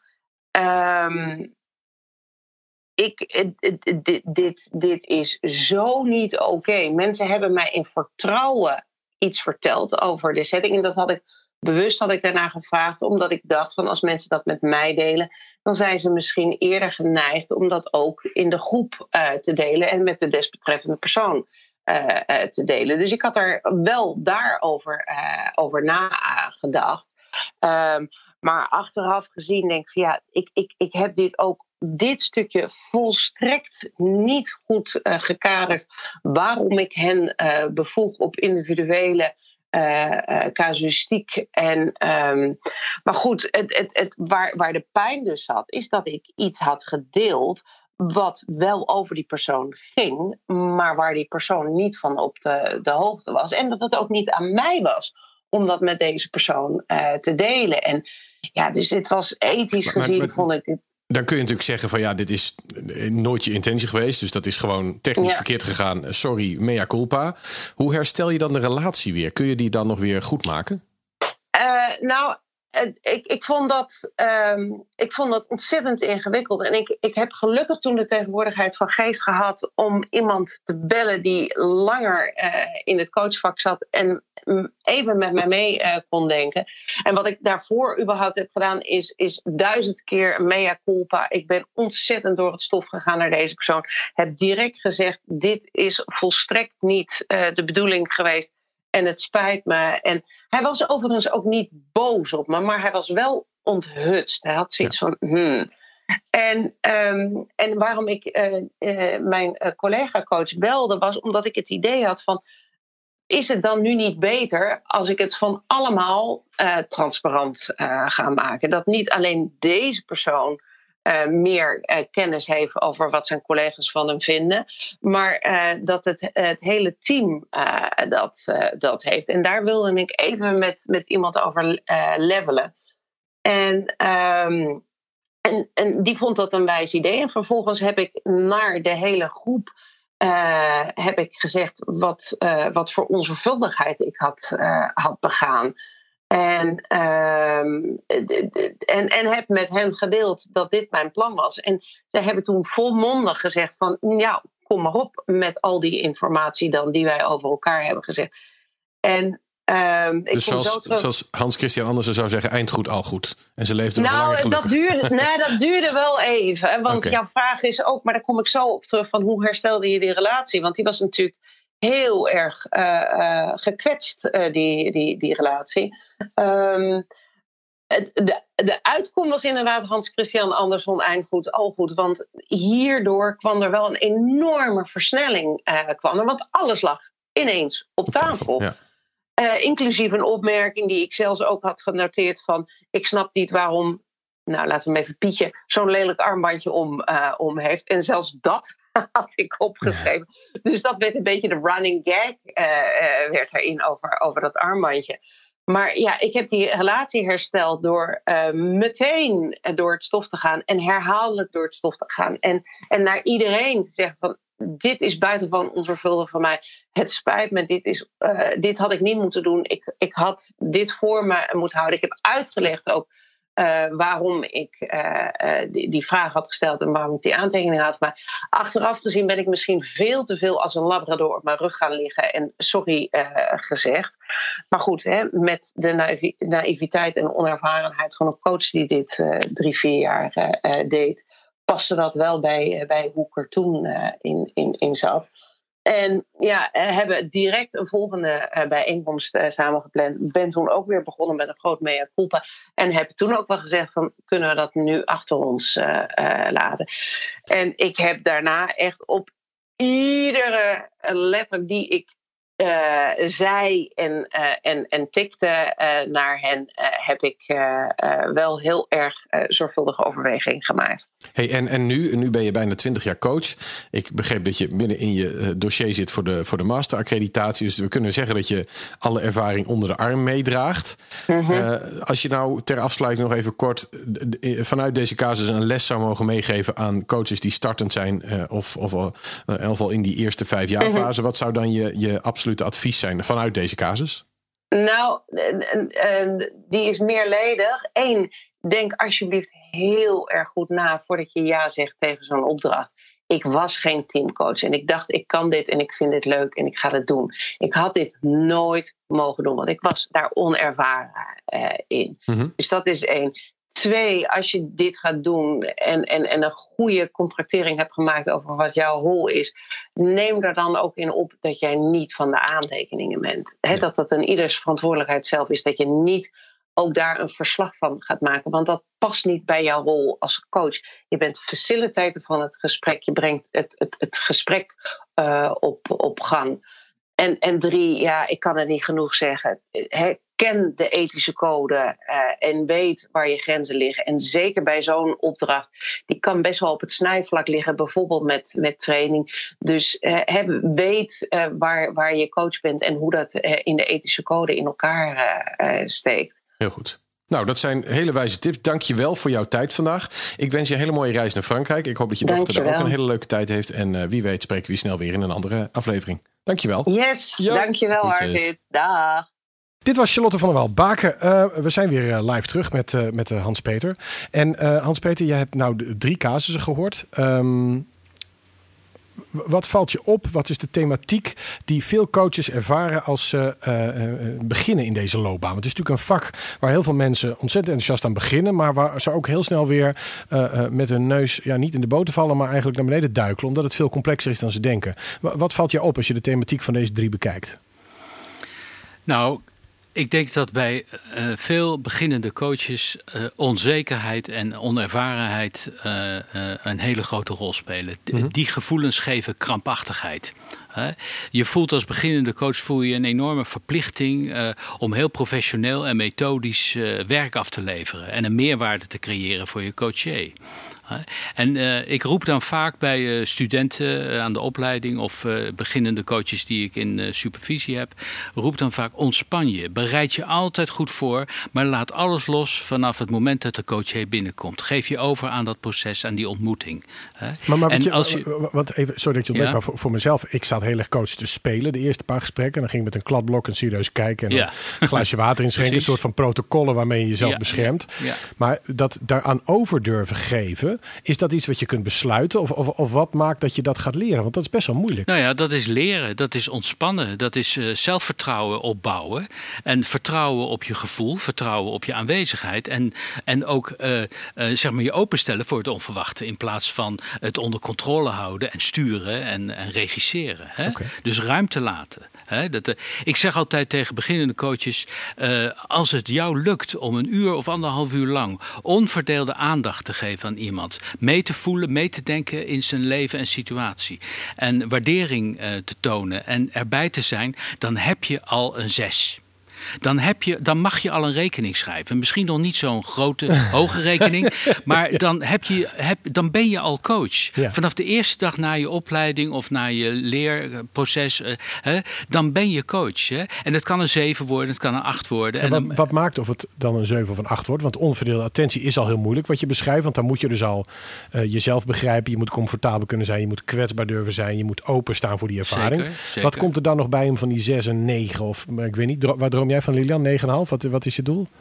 Dit is zo niet oké. Mensen hebben mij in vertrouwen iets verteld over de setting. En dat had ik bewust daarna gevraagd. Omdat ik dacht van als mensen dat met mij delen... dan zijn ze misschien eerder geneigd om dat ook in de groep te delen. En met de desbetreffende persoon te delen. Dus ik had er wel daarover over nagedacht. Maar achteraf gezien denk ik van ja, ik heb dit stukje volstrekt niet goed gekaderd. Waarom ik hen bevoeg op individuele casuïstiek. Maar goed, waar de pijn dus zat, is dat ik iets had gedeeld wat wel over die persoon ging, maar waar die persoon niet van op de hoogte was. En dat het ook niet aan mij was om dat met deze persoon te delen. En ja, dus dit was ethisch gezien, vond ik het. Dan kun je natuurlijk zeggen van ja, dit is nooit je intentie geweest. Dus dat is gewoon technisch verkeerd gegaan. Sorry, mea culpa. Hoe herstel je dan de relatie weer? Kun je die dan nog weer goed maken? Ik vond dat ontzettend ingewikkeld. En ik heb gelukkig toen de tegenwoordigheid van geest gehad om iemand te bellen die langer in het coachvak zat en even met mij mee kon denken. En wat ik daarvoor überhaupt heb gedaan is 1000 keer mea culpa. Ik ben ontzettend door het stof gegaan naar deze persoon. Heb direct gezegd, dit is volstrekt niet de bedoeling geweest. En het spijt me. En hij was overigens ook niet boos op me, maar hij was wel onthutst. Hij had zoiets van... En waarom ik mijn collega-coach belde, was omdat ik het idee had van... is het dan nu niet beter als ik het van allemaal transparant ga maken? Dat niet alleen deze persoon meer kennis heeft over wat zijn collega's van hem vinden, maar dat het hele team dat heeft. En daar wilde ik even met iemand over levelen. En die vond dat een wijs idee. En vervolgens heb ik naar de hele groep heb ik gezegd wat voor onzorgvuldigheid ik had begaan. En heb met hen gedeeld dat dit mijn plan was. En zij hebben toen volmondig gezegd van... ja, kom maar op met al die informatie dan die wij over elkaar hebben gezegd. En dus zoals Hans Christian Andersen zou zeggen, eind goed, al goed. En ze leefde nog langer gelukkig. Dat duurde wel even. Want jouw vraag is ook, maar daar kom ik zo op terug... van hoe herstelde je die relatie? Want die was natuurlijk heel erg gekwetst, die relatie. De uitkomst was inderdaad Hans Christian Andersen, eind goed, al goed. Want hierdoor kwam er wel een enorme versnelling. Want alles lag ineens op tafel. Ja. Inclusief een opmerking die ik zelfs ook had genoteerd van... ik snap niet waarom, nou laten we hem even Pietje... zo'n lelijk armbandje om heeft. En zelfs dat had ik opgeschreven. Ja. Dus dat werd een beetje de running gag werd erin over dat armbandje. Maar ja, ik heb die relatie hersteld door meteen door het stof te gaan... en herhaaldelijk door het stof te gaan. En naar iedereen te zeggen van... dit is buitengewoon onzorgvuldig van mij. Het spijt me, dit had ik niet moeten doen. Ik had dit voor me moeten houden. Ik heb uitgelegd ook waarom ik die vraag had gesteld en waarom ik die aantekening had. Maar achteraf gezien ben ik misschien veel te veel als een labrador op mijn rug gaan liggen en sorry gezegd. Maar goed, met de naïviteit en onervarenheid van een coach die dit 3-4 jaar deed, paste dat wel bij hoe ik er toen in zat. En hebben direct een volgende bijeenkomst samengepland. Ben toen ook weer begonnen met een groot mea culpa. En heb toen ook wel gezegd van, kunnen we dat nu achter ons laten. En ik heb daarna echt op iedere letter die ik zei en tikte naar hen, heb ik wel heel erg zorgvuldige overwegingen gemaakt. Hey, en nu ben je bijna 20 jaar coach. Ik begreep dat je binnen in je dossier zit voor de masteraccreditatie. Dus we kunnen zeggen dat je alle ervaring onder de arm meedraagt. Als je nou ter afsluiting nog even kort vanuit deze casus een les zou mogen meegeven aan coaches die startend zijn of in ieder geval in die eerste 5 jaar fase. Wat zou dan je absolute advies zijn vanuit deze casus? Nou, die is meerledig. 1, denk alsjeblieft heel erg goed na voordat je ja zegt tegen zo'n opdracht. Ik was geen teamcoach en ik dacht, ik kan dit en ik vind dit leuk en ik ga het doen. Ik had dit nooit mogen doen, want ik was daar onervaren in. Dus dat is 1. 2, als je dit gaat doen en een goede contractering hebt gemaakt over wat jouw rol is, neem er dan ook in op dat jij niet van de aantekeningen bent. Dat dat een ieders verantwoordelijkheid zelf is, dat je niet ook daar een verslag van gaat maken, want dat past niet bij jouw rol als coach. Je bent facilitator van het gesprek, je brengt het gesprek op gang. En 3, ik kan het niet genoeg zeggen. Ken de ethische code en weet waar je grenzen liggen. En zeker bij zo'n opdracht, die kan best wel op het snijvlak liggen, bijvoorbeeld met training. Dus weet waar je coach bent en hoe dat in de ethische code in elkaar steekt. Heel goed. Nou, dat zijn hele wijze tips. Dank je wel voor jouw tijd vandaag. Ik wens je een hele mooie reis naar Frankrijk. Ik hoop dat je dochter daar ook een hele leuke tijd heeft. En wie weet spreken we snel weer in een andere aflevering. Dank je wel. Yes, dank je wel, Arvid. Dag. Dit was Charlotte van der Wel-Baken. We zijn weer live terug met Hans-Peter. En Hans-Peter, jij hebt nou 3 casussen gehoord. Wat valt je op? Wat is de thematiek die veel coaches ervaren als ze beginnen in deze loopbaan? Want het is natuurlijk een vak waar heel veel mensen ontzettend enthousiast aan beginnen, maar waar ze ook heel snel weer met hun neus niet in de boter vallen, maar eigenlijk naar beneden duikelen, omdat het veel complexer is dan ze denken. Wat valt je op als je de thematiek van deze 3 bekijkt? Nou, ik denk dat bij veel beginnende coaches onzekerheid en onervarenheid een hele grote rol spelen. Die gevoelens geven krampachtigheid. Je voelt als beginnende coach een enorme verplichting om heel professioneel en methodisch werk af te leveren en een meerwaarde te creëren voor je coaché. En ik roep dan vaak bij studenten aan de opleiding of beginnende coaches die ik in supervisie heb, roep dan vaak ontspan je. Bereid je altijd goed voor, maar laat alles los vanaf het moment dat de coach binnenkomt. Geef je over aan dat proces, aan die ontmoeting. Maar even, sorry dat je ontdekt, maar voor mezelf, ik zat heel erg coach te spelen de eerste paar gesprekken. En dan ging ik met een kladblok en serieus kijken en een glaasje water inschenken. Een soort van protocollen waarmee je jezelf beschermt. Ja. Maar dat daaraan over durven geven, is dat iets wat je kunt besluiten? Of wat maakt dat je dat gaat leren? Want dat is best wel moeilijk. Nou ja, dat is leren. Dat is ontspannen. Dat is zelfvertrouwen opbouwen. En vertrouwen op je gevoel. Vertrouwen op je aanwezigheid. En ook zeg maar je openstellen voor het onverwachte. In plaats van het onder controle houden en sturen en regisseren. Hè? Okay. Dus ruimte laten. Ik zeg altijd tegen beginnende coaches, als het jou lukt om 1 uur of 1,5 uur lang onverdeelde aandacht te geven aan iemand, mee te voelen, mee te denken in zijn leven en situatie en waardering te tonen en erbij te zijn, dan heb je al een 6. dan mag je al een rekening schrijven. Misschien nog niet zo'n grote, hoge rekening. Maar dan ben je al coach. Ja. Vanaf de eerste dag na je opleiding of na je leerproces, dan ben je coach. Hè? En het kan een 7 worden, het kan een 8 worden. En wat maakt of het dan een 7 of een 8 wordt? Want onverdeelde attentie is al heel moeilijk wat je beschrijft. Want dan moet je dus al jezelf begrijpen. Je moet comfortabel kunnen zijn. Je moet kwetsbaar durven zijn. Je moet openstaan voor die ervaring. Zeker. Wat komt er dan nog bij hem van die 6 en 9? Of ik weet niet, waar droom jij van, Lilian? 9,5? Wat is je doel?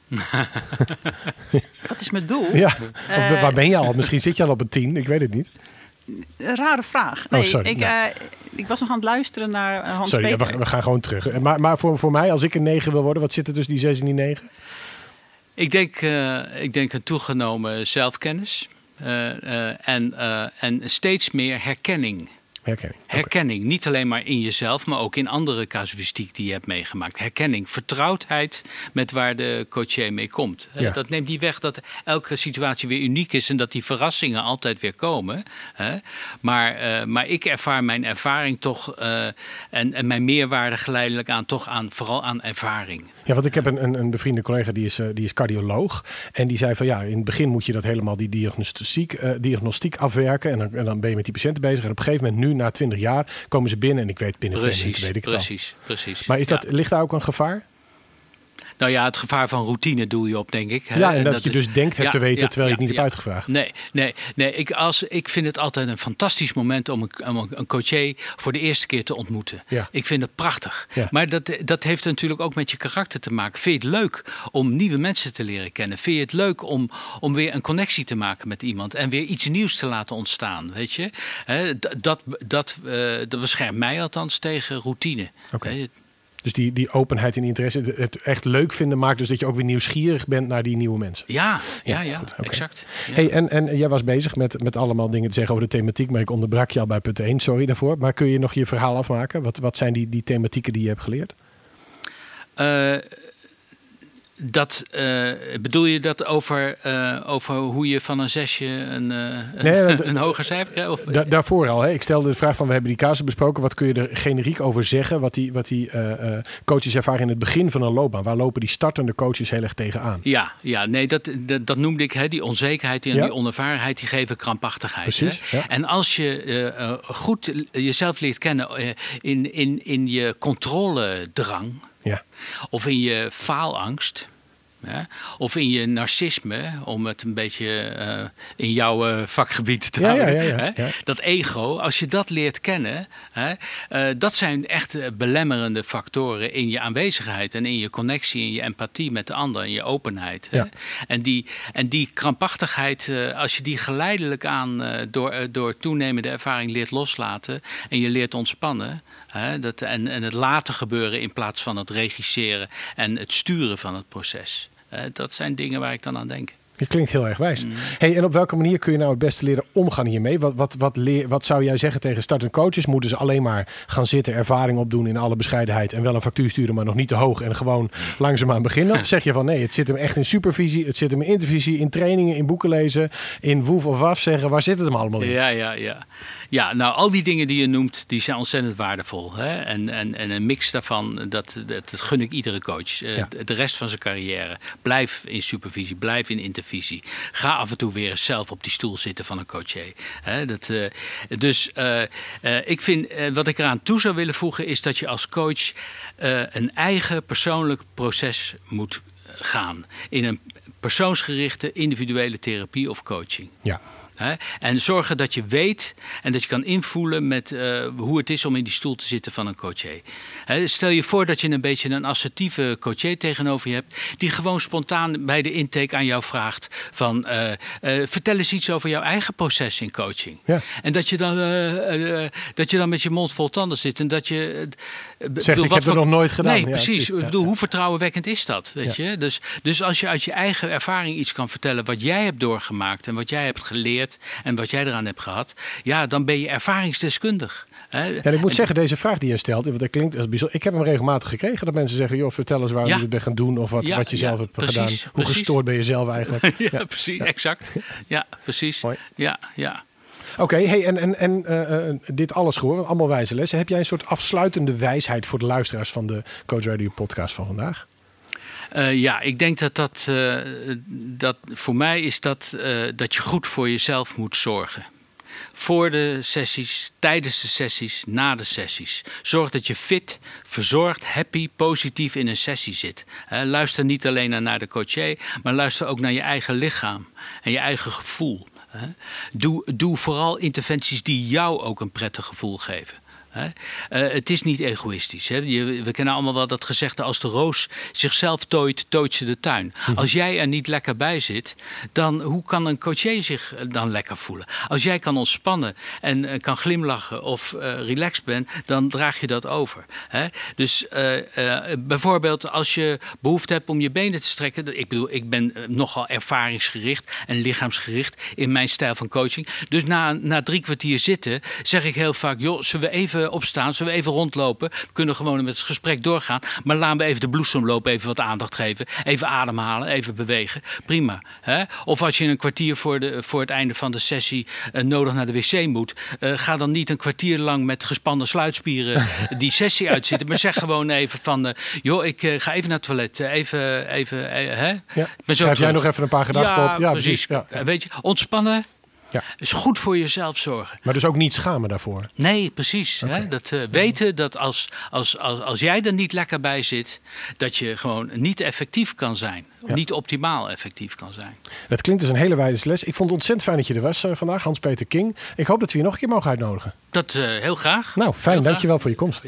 Wat is mijn doel? Ja. Of waar ben je al? Misschien zit je al op een 10. Ik weet het niet. Een rare vraag. Nee, ik was nog aan het luisteren naar Hans Peter. We gaan gewoon terug. Maar voor mij, als ik een 9 wil worden, wat zit er tussen die 6 en die 9? Ik denk een toegenomen zelfkennis en steeds meer herkenning. Herkenning, niet alleen maar in jezelf, maar ook in andere casuïstiek die je hebt meegemaakt. Herkenning, vertrouwdheid met waar de coachier mee komt. Ja. Dat neemt niet weg dat elke situatie weer uniek is en dat die verrassingen altijd weer komen. Maar ik ervaar mijn ervaring toch en mijn meerwaarde geleidelijk vooral aan ervaring. Ja, want ik heb een bevriende collega die is cardioloog. En die zei van in het begin moet je dat helemaal die diagnostiek afwerken. En dan ben je met die patiënten bezig. En op een gegeven moment, nu na 20 jaar, komen ze binnen. En ik weet binnen 2 minuten weet ik het al. Precies. Maar ligt daar ook een gevaar? Nou ja, het gevaar van routine doe je op, denk ik. Ja, en dat je dus denkt het te weten terwijl je het niet hebt uitgevraagd. Nee. Ik vind het altijd een fantastisch moment om een coachier voor de eerste keer te ontmoeten. Ja. Ik vind het prachtig. Ja. Maar dat heeft natuurlijk ook met je karakter te maken. Vind je het leuk om nieuwe mensen te leren kennen? Vind je het leuk om weer een connectie te maken met iemand en weer iets nieuws te laten ontstaan? Weet je? Dat beschermt mij althans tegen routine. Okay. Dus die openheid en interesse, het echt leuk vinden maakt dus dat je ook weer nieuwsgierig bent naar die nieuwe mensen. Ja, goed, okay. Exact. Ja. Hey, en jij was bezig met allemaal dingen te zeggen over de thematiek, maar ik onderbrak je al bij punt 1, sorry daarvoor. Maar kun je nog je verhaal afmaken? Wat zijn die thematieken die je hebt geleerd? Bedoel je dat over hoe je van een 6 een hoger cijfer krijgt? Daarvoor al. Hè? Ik stelde de vraag van, we hebben die casus besproken. Wat kun je er generiek over zeggen? Wat die coaches ervaren in het begin van een loopbaan. Waar lopen die startende coaches heel erg tegenaan? Ja, nee, dat noemde ik. Hè, die onzekerheid en die onervarenheid, die geven krampachtigheid. Precies. Hè? Ja. En als je goed jezelf leert kennen in je controledrang. Ja. Of in je faalangst. Ja, of in je narcisme, om het een beetje in jouw vakgebied te houden. Ja. Dat ego, als je dat leert kennen, dat zijn echt belemmerende factoren in je aanwezigheid en in je connectie, in je empathie met de ander, in je openheid. Ja. En die krampachtigheid, als je die geleidelijk aan door toenemende ervaring leert loslaten en je leert ontspannen, en het laten gebeuren in plaats van het regisseren en het sturen van het proces. Dat zijn dingen waar ik dan aan denk. Je klinkt heel erg wijs. Hey, en op welke manier kun je nou het beste leren omgaan hiermee? Wat zou jij zeggen tegen startende coaches? Moeten ze alleen maar gaan zitten, ervaring opdoen in alle bescheidenheid en wel een factuur sturen, maar nog niet te hoog en gewoon langzaamaan beginnen? Of zeg je van nee, het zit hem echt in supervisie, het zit hem in intervisie, in trainingen, in boeken lezen, in woef of waf zeggen, waar zit het hem allemaal in? Ja, nou al die dingen die je noemt, die zijn ontzettend waardevol. Hè? En een mix daarvan, dat gun ik iedere coach. De rest van zijn carrière. Blijf in supervisie, blijf in intervisie. Ga af en toe weer eens zelf op die stoel zitten van een coachier. Ik vind, wat ik eraan toe zou willen voegen, is dat je als coach een eigen persoonlijk proces moet gaan. In een persoonsgerichte individuele therapie of coaching. Ja. En zorgen dat je weet en dat je kan invoelen met hoe het is om in die stoel te zitten van een coachier. Stel je voor dat je een beetje een assertieve coachier tegenover je hebt, die gewoon spontaan bij de intake aan jou vraagt van vertel eens iets over jouw eigen proces in coaching. Ja. En dat je dan met je mond vol tanden zit en dat je... ik heb het nog nooit gedaan. Nee, precies. Ik bedoel, hoe vertrouwenwekkend is dat? Weet je? Dus als je uit je eigen ervaring iets kan vertellen wat jij hebt doorgemaakt en wat jij hebt geleerd en wat jij eraan hebt gehad, dan ben je ervaringsdeskundig. Ja, ik moet zeggen, deze vraag die je stelt, want dat klinkt als bijzonder. Ik heb hem regelmatig gekregen dat mensen zeggen, joh, vertel eens waar je het bent gaan doen of wat je zelf hebt gedaan. Hoe gestoord ben je zelf eigenlijk? Precies, exact. Ja, precies. Mooi. Ja. Oké, hey, en dit alles gehoord, allemaal wijze lessen. Heb jij een soort afsluitende wijsheid voor de luisteraars van de Coach Radio podcast van vandaag? Ik denk dat voor mij is dat je goed voor jezelf moet zorgen. Voor de sessies, tijdens de sessies, na de sessies. Zorg dat je fit, verzorgd, happy, positief in een sessie zit. Luister niet alleen naar de coaché, maar luister ook naar je eigen lichaam en je eigen gevoel. Doe vooral interventies die jou ook een prettig gevoel geven. Het is niet egoïstisch. We kennen allemaal wel dat gezegde: als de roos zichzelf tooit, tooit ze de tuin. Als jij er niet lekker bij zit, dan hoe kan een coaché zich dan lekker voelen? Als jij kan ontspannen en kan glimlachen of relaxed bent, dan draag je dat over. Dus bijvoorbeeld als je behoefte hebt om je benen te strekken. Ik ben nogal ervaringsgericht en lichaamsgericht in mijn stijl van coaching. Dus na 3 kwartier zitten zeg ik heel vaak: joh, zullen we even opstaan, zullen we even rondlopen? We kunnen gewoon met het gesprek doorgaan. Maar laten we even de bloesemloop even wat aandacht geven. Even ademhalen, even bewegen. Prima. Of als je een kwartier voor het einde van de sessie nodig naar de wc moet. Ga dan niet een kwartier lang met gespannen sluitspieren die sessie uitzitten. Maar zeg gewoon even van, joh, ik ga even naar het toilet. Schrijf jij nog even een paar gedachten op? Ja, precies. Ja. Weet je, ontspannen. Ja. Dus goed voor jezelf zorgen. Maar dus ook niet schamen daarvoor? Nee, precies. Okay. Weten dat als jij er niet lekker bij zit, dat je gewoon niet effectief kan zijn. Ja. Niet optimaal effectief kan zijn. Dat klinkt dus een hele wijze les. Ik vond het ontzettend fijn dat je er was vandaag, Hans-Peter King. Ik hoop dat we je nog een keer mogen uitnodigen. Dat heel graag. Nou, fijn. Dankjewel voor je komst.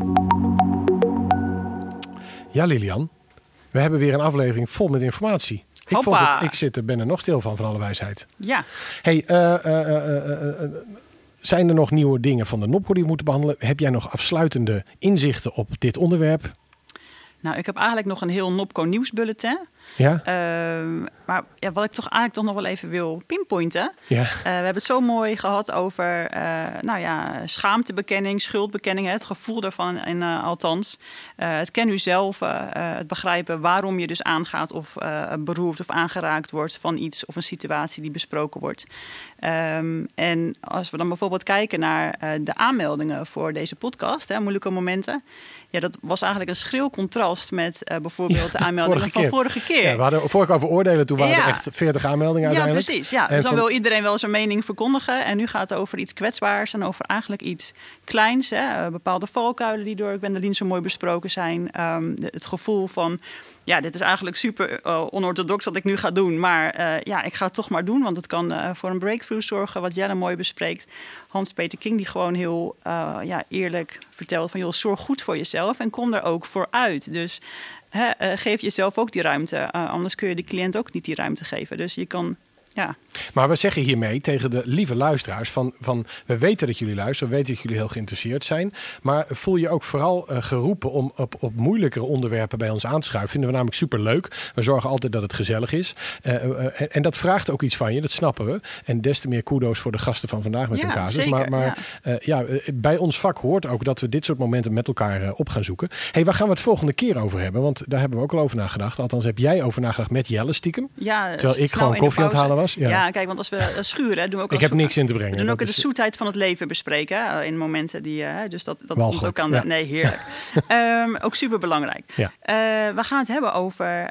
Ja, Lilian. We hebben weer een aflevering vol met informatie. Ik ben er nog stil van alle wijsheid. Ja. Hey, zijn er nog nieuwe dingen van de NOPCO die we moeten behandelen? Heb jij nog afsluitende inzichten op dit onderwerp? Nou, ik heb eigenlijk nog een heel NOPCO nieuwsbulletin. Ja? Maar wat ik toch eigenlijk nog wel even wil pinpointen. Ja. We hebben het zo mooi gehad over schaamtebekenning, schuldbekenning. Het gevoel daarvan althans. Het kennen u zelf. Het begrijpen waarom je dus aangaat of beroerd of aangeraakt wordt van iets of een situatie die besproken wordt. En als we dan bijvoorbeeld kijken naar de aanmeldingen voor deze podcast, moeilijke momenten. Ja, dat was eigenlijk een schril contrast met bijvoorbeeld de aanmeldingen van vorige keer. Ja, we hadden vorige over oordelen, toen waren er echt 40 aanmeldingen uiteindelijk. Ja, precies. Ja. Dus dan wil iedereen wel zijn mening verkondigen. En nu gaat het over iets kwetsbaars en over eigenlijk iets kleins. Bepaalde valkuilen die door Gwendoline zo mooi besproken zijn. Het gevoel van, ja, dit is eigenlijk super onorthodox wat ik nu ga doen. Maar ik ga het toch maar doen, want het kan voor een breakthrough zorgen, wat Jelle mooi bespreekt. Hans-Peter King die gewoon heel eerlijk vertelt van, joh, zorg goed voor jezelf en kom er ook voor uit. Dus geef jezelf ook die ruimte. Anders kun je de cliënt ook niet die ruimte geven. Dus je kan... Ja. Maar we zeggen hiermee tegen de lieve luisteraars van we weten dat jullie luisteren, we weten dat jullie heel geïnteresseerd zijn, maar voel je ook vooral geroepen om op moeilijkere onderwerpen bij ons aan te schuiven. Vinden we namelijk superleuk. We zorgen altijd dat het gezellig is. En dat vraagt ook iets van je, dat snappen we. En des te meer kudo's voor de gasten van vandaag met hun casus. Zeker, maar bij ons vak hoort ook dat we dit soort momenten met elkaar op gaan zoeken. Hey, waar gaan we het volgende keer over hebben? Want daar hebben we ook al over nagedacht. Althans heb jij over nagedacht met Jelle stiekem. Ja, terwijl ik gewoon koffie aan het halen was. Ja, kijk, want als we schuren, doen we ook... Ik heb niks in te brengen. We doen ook de zoetheid van het leven bespreken in momenten die... dus dat komt ook aan de... Nee, heerlijk. Ook super belangrijk. Ja. We gaan het hebben over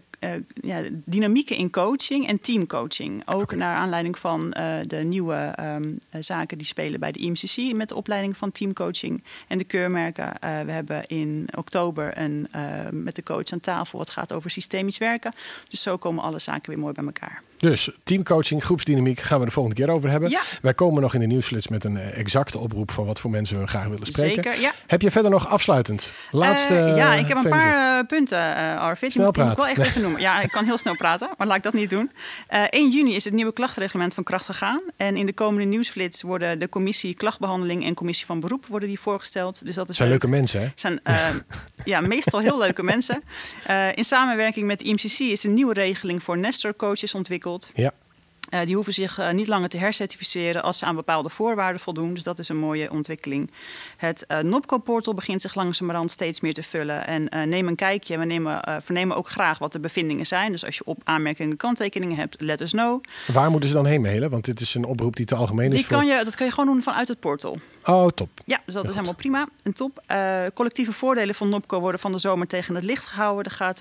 dynamieken in coaching en teamcoaching. Ook naar aanleiding van de nieuwe zaken die spelen bij de IMCC met de opleiding van teamcoaching en de keurmerken. We hebben in oktober met de coach aan tafel wat gaat over systemisch werken. Dus zo komen alle zaken weer mooi bij elkaar. Dus teamcoaching, groepsdynamiek gaan we de volgende keer over hebben. Ja. Wij komen nog in de nieuwsflits met een exacte oproep van wat voor mensen we graag willen spreken. Zeker, ja. Heb je verder nog afsluitend? Laatste ik heb een paar punten, Arvid. Snel die moet ik wel echt even noemen. Ja, ik kan heel snel praten, maar laat ik dat niet doen. 1 juni is het nieuwe klachtreglement van kracht gegaan. En in de komende nieuwsflits worden de commissie klachtbehandeling en commissie van beroep worden die voorgesteld. Dus dat is zijn leuke mensen, hè? Zijn meestal heel leuke mensen. In samenwerking met de IMCC is een nieuwe regeling voor Nestor coaches ontwikkeld. Ja. Die hoeven zich niet langer te hercertificeren als ze aan bepaalde voorwaarden voldoen. Dus dat is een mooie ontwikkeling. Het NOPCO-portal begint zich langzamerhand steeds meer te vullen. En neem een kijkje. We vernemen ook graag wat de bevindingen zijn. Dus als je aanmerkingen en kanttekeningen hebt, let us know. Waar moeten ze dan heen mailen? Want dit is een oproep die te algemeen is. Dat kan je gewoon doen vanuit het portal. Oh, top. Ja, dus dat is helemaal prima en top. Collectieve voordelen van NOPCO worden van de zomer tegen het licht gehouden. Er gaat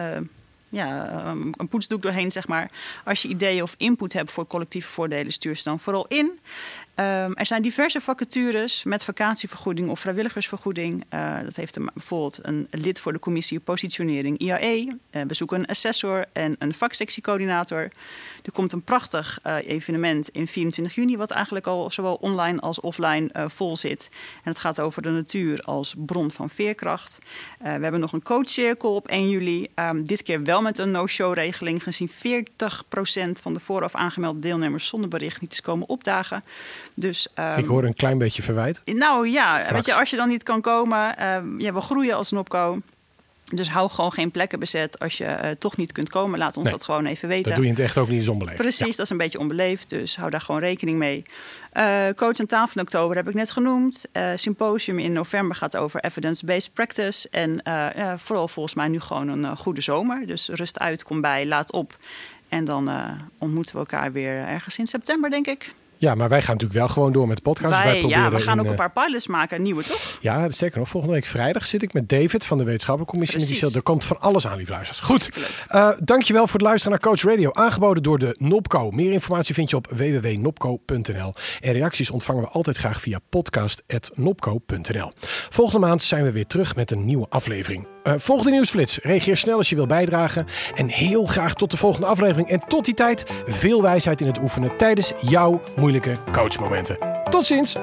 een poetsdoek doorheen, zeg maar. Als je ideeën of input hebt voor collectieve voordelen, stuur ze dan vooral in. Er zijn diverse vacatures met vakantievergoeding of vrijwilligersvergoeding. Dat heeft bijvoorbeeld een lid voor de commissie positionering IAE. We zoeken een assessor en een vaksectiecoördinator. Er komt een prachtig evenement in 24 juni... wat eigenlijk al zowel online als offline vol zit. En het gaat over de natuur als bron van veerkracht. We hebben nog een coachcirkel op 1 juli. Dit keer wel met een no-show-regeling... gezien 40% van de vooraf aangemelde deelnemers zonder bericht niet is komen opdagen. Dus, ik hoor een klein beetje verwijt. Nou ja, weet je, als je dan niet kan komen... we groeien als NOPCO. Dus hou gewoon geen plekken bezet als je toch niet kunt komen. Laat ons dat gewoon even weten. Dat doe je in het echt ook niet onbeleefd. Precies, dat is een beetje onbeleefd. Dus hou daar gewoon rekening mee. Coach aan tafel in oktober heb ik net genoemd. Symposium in november gaat over evidence-based practice. En vooral volgens mij nu gewoon een goede zomer. Dus rust uit, kom bij, laat op. En dan ontmoeten we elkaar weer ergens in september, denk ik. Ja, maar wij gaan natuurlijk wel gewoon door met de podcast. We gaan ook een paar pilots maken, nieuwe toch? Ja, sterker nog, volgende week vrijdag zit ik met David van de Wetenschappelijke Commissie. Er komt van alles aan, lieve luisteraars. Goed, dankjewel voor het luisteren naar Coach Radio. Aangeboden door de NOPCO. Meer informatie vind je op www.nopco.nl. En reacties ontvangen we altijd graag via podcast@nopco.nl. Volgende maand zijn we weer terug met een nieuwe aflevering. Volg de nieuwsflits. Reageer snel als je wil bijdragen. En heel graag tot de volgende aflevering. En tot die tijd veel wijsheid in het oefenen tijdens jouw moeilijke coachmomenten. Tot ziens!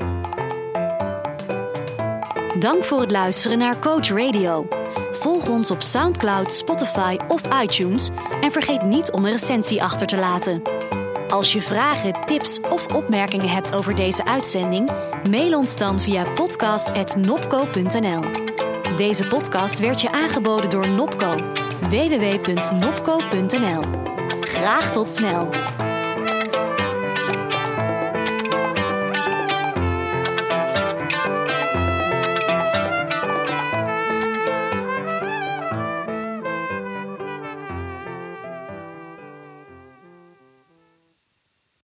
Dank voor het luisteren naar Coach Radio. Volg ons op SoundCloud, Spotify of iTunes. En vergeet niet om een recensie achter te laten. Als je vragen, tips of opmerkingen hebt over deze uitzending... mail ons dan via podcast@nopco.nl. Deze podcast werd je aangeboden door NOPCO. www.nopco.nl. Graag tot snel!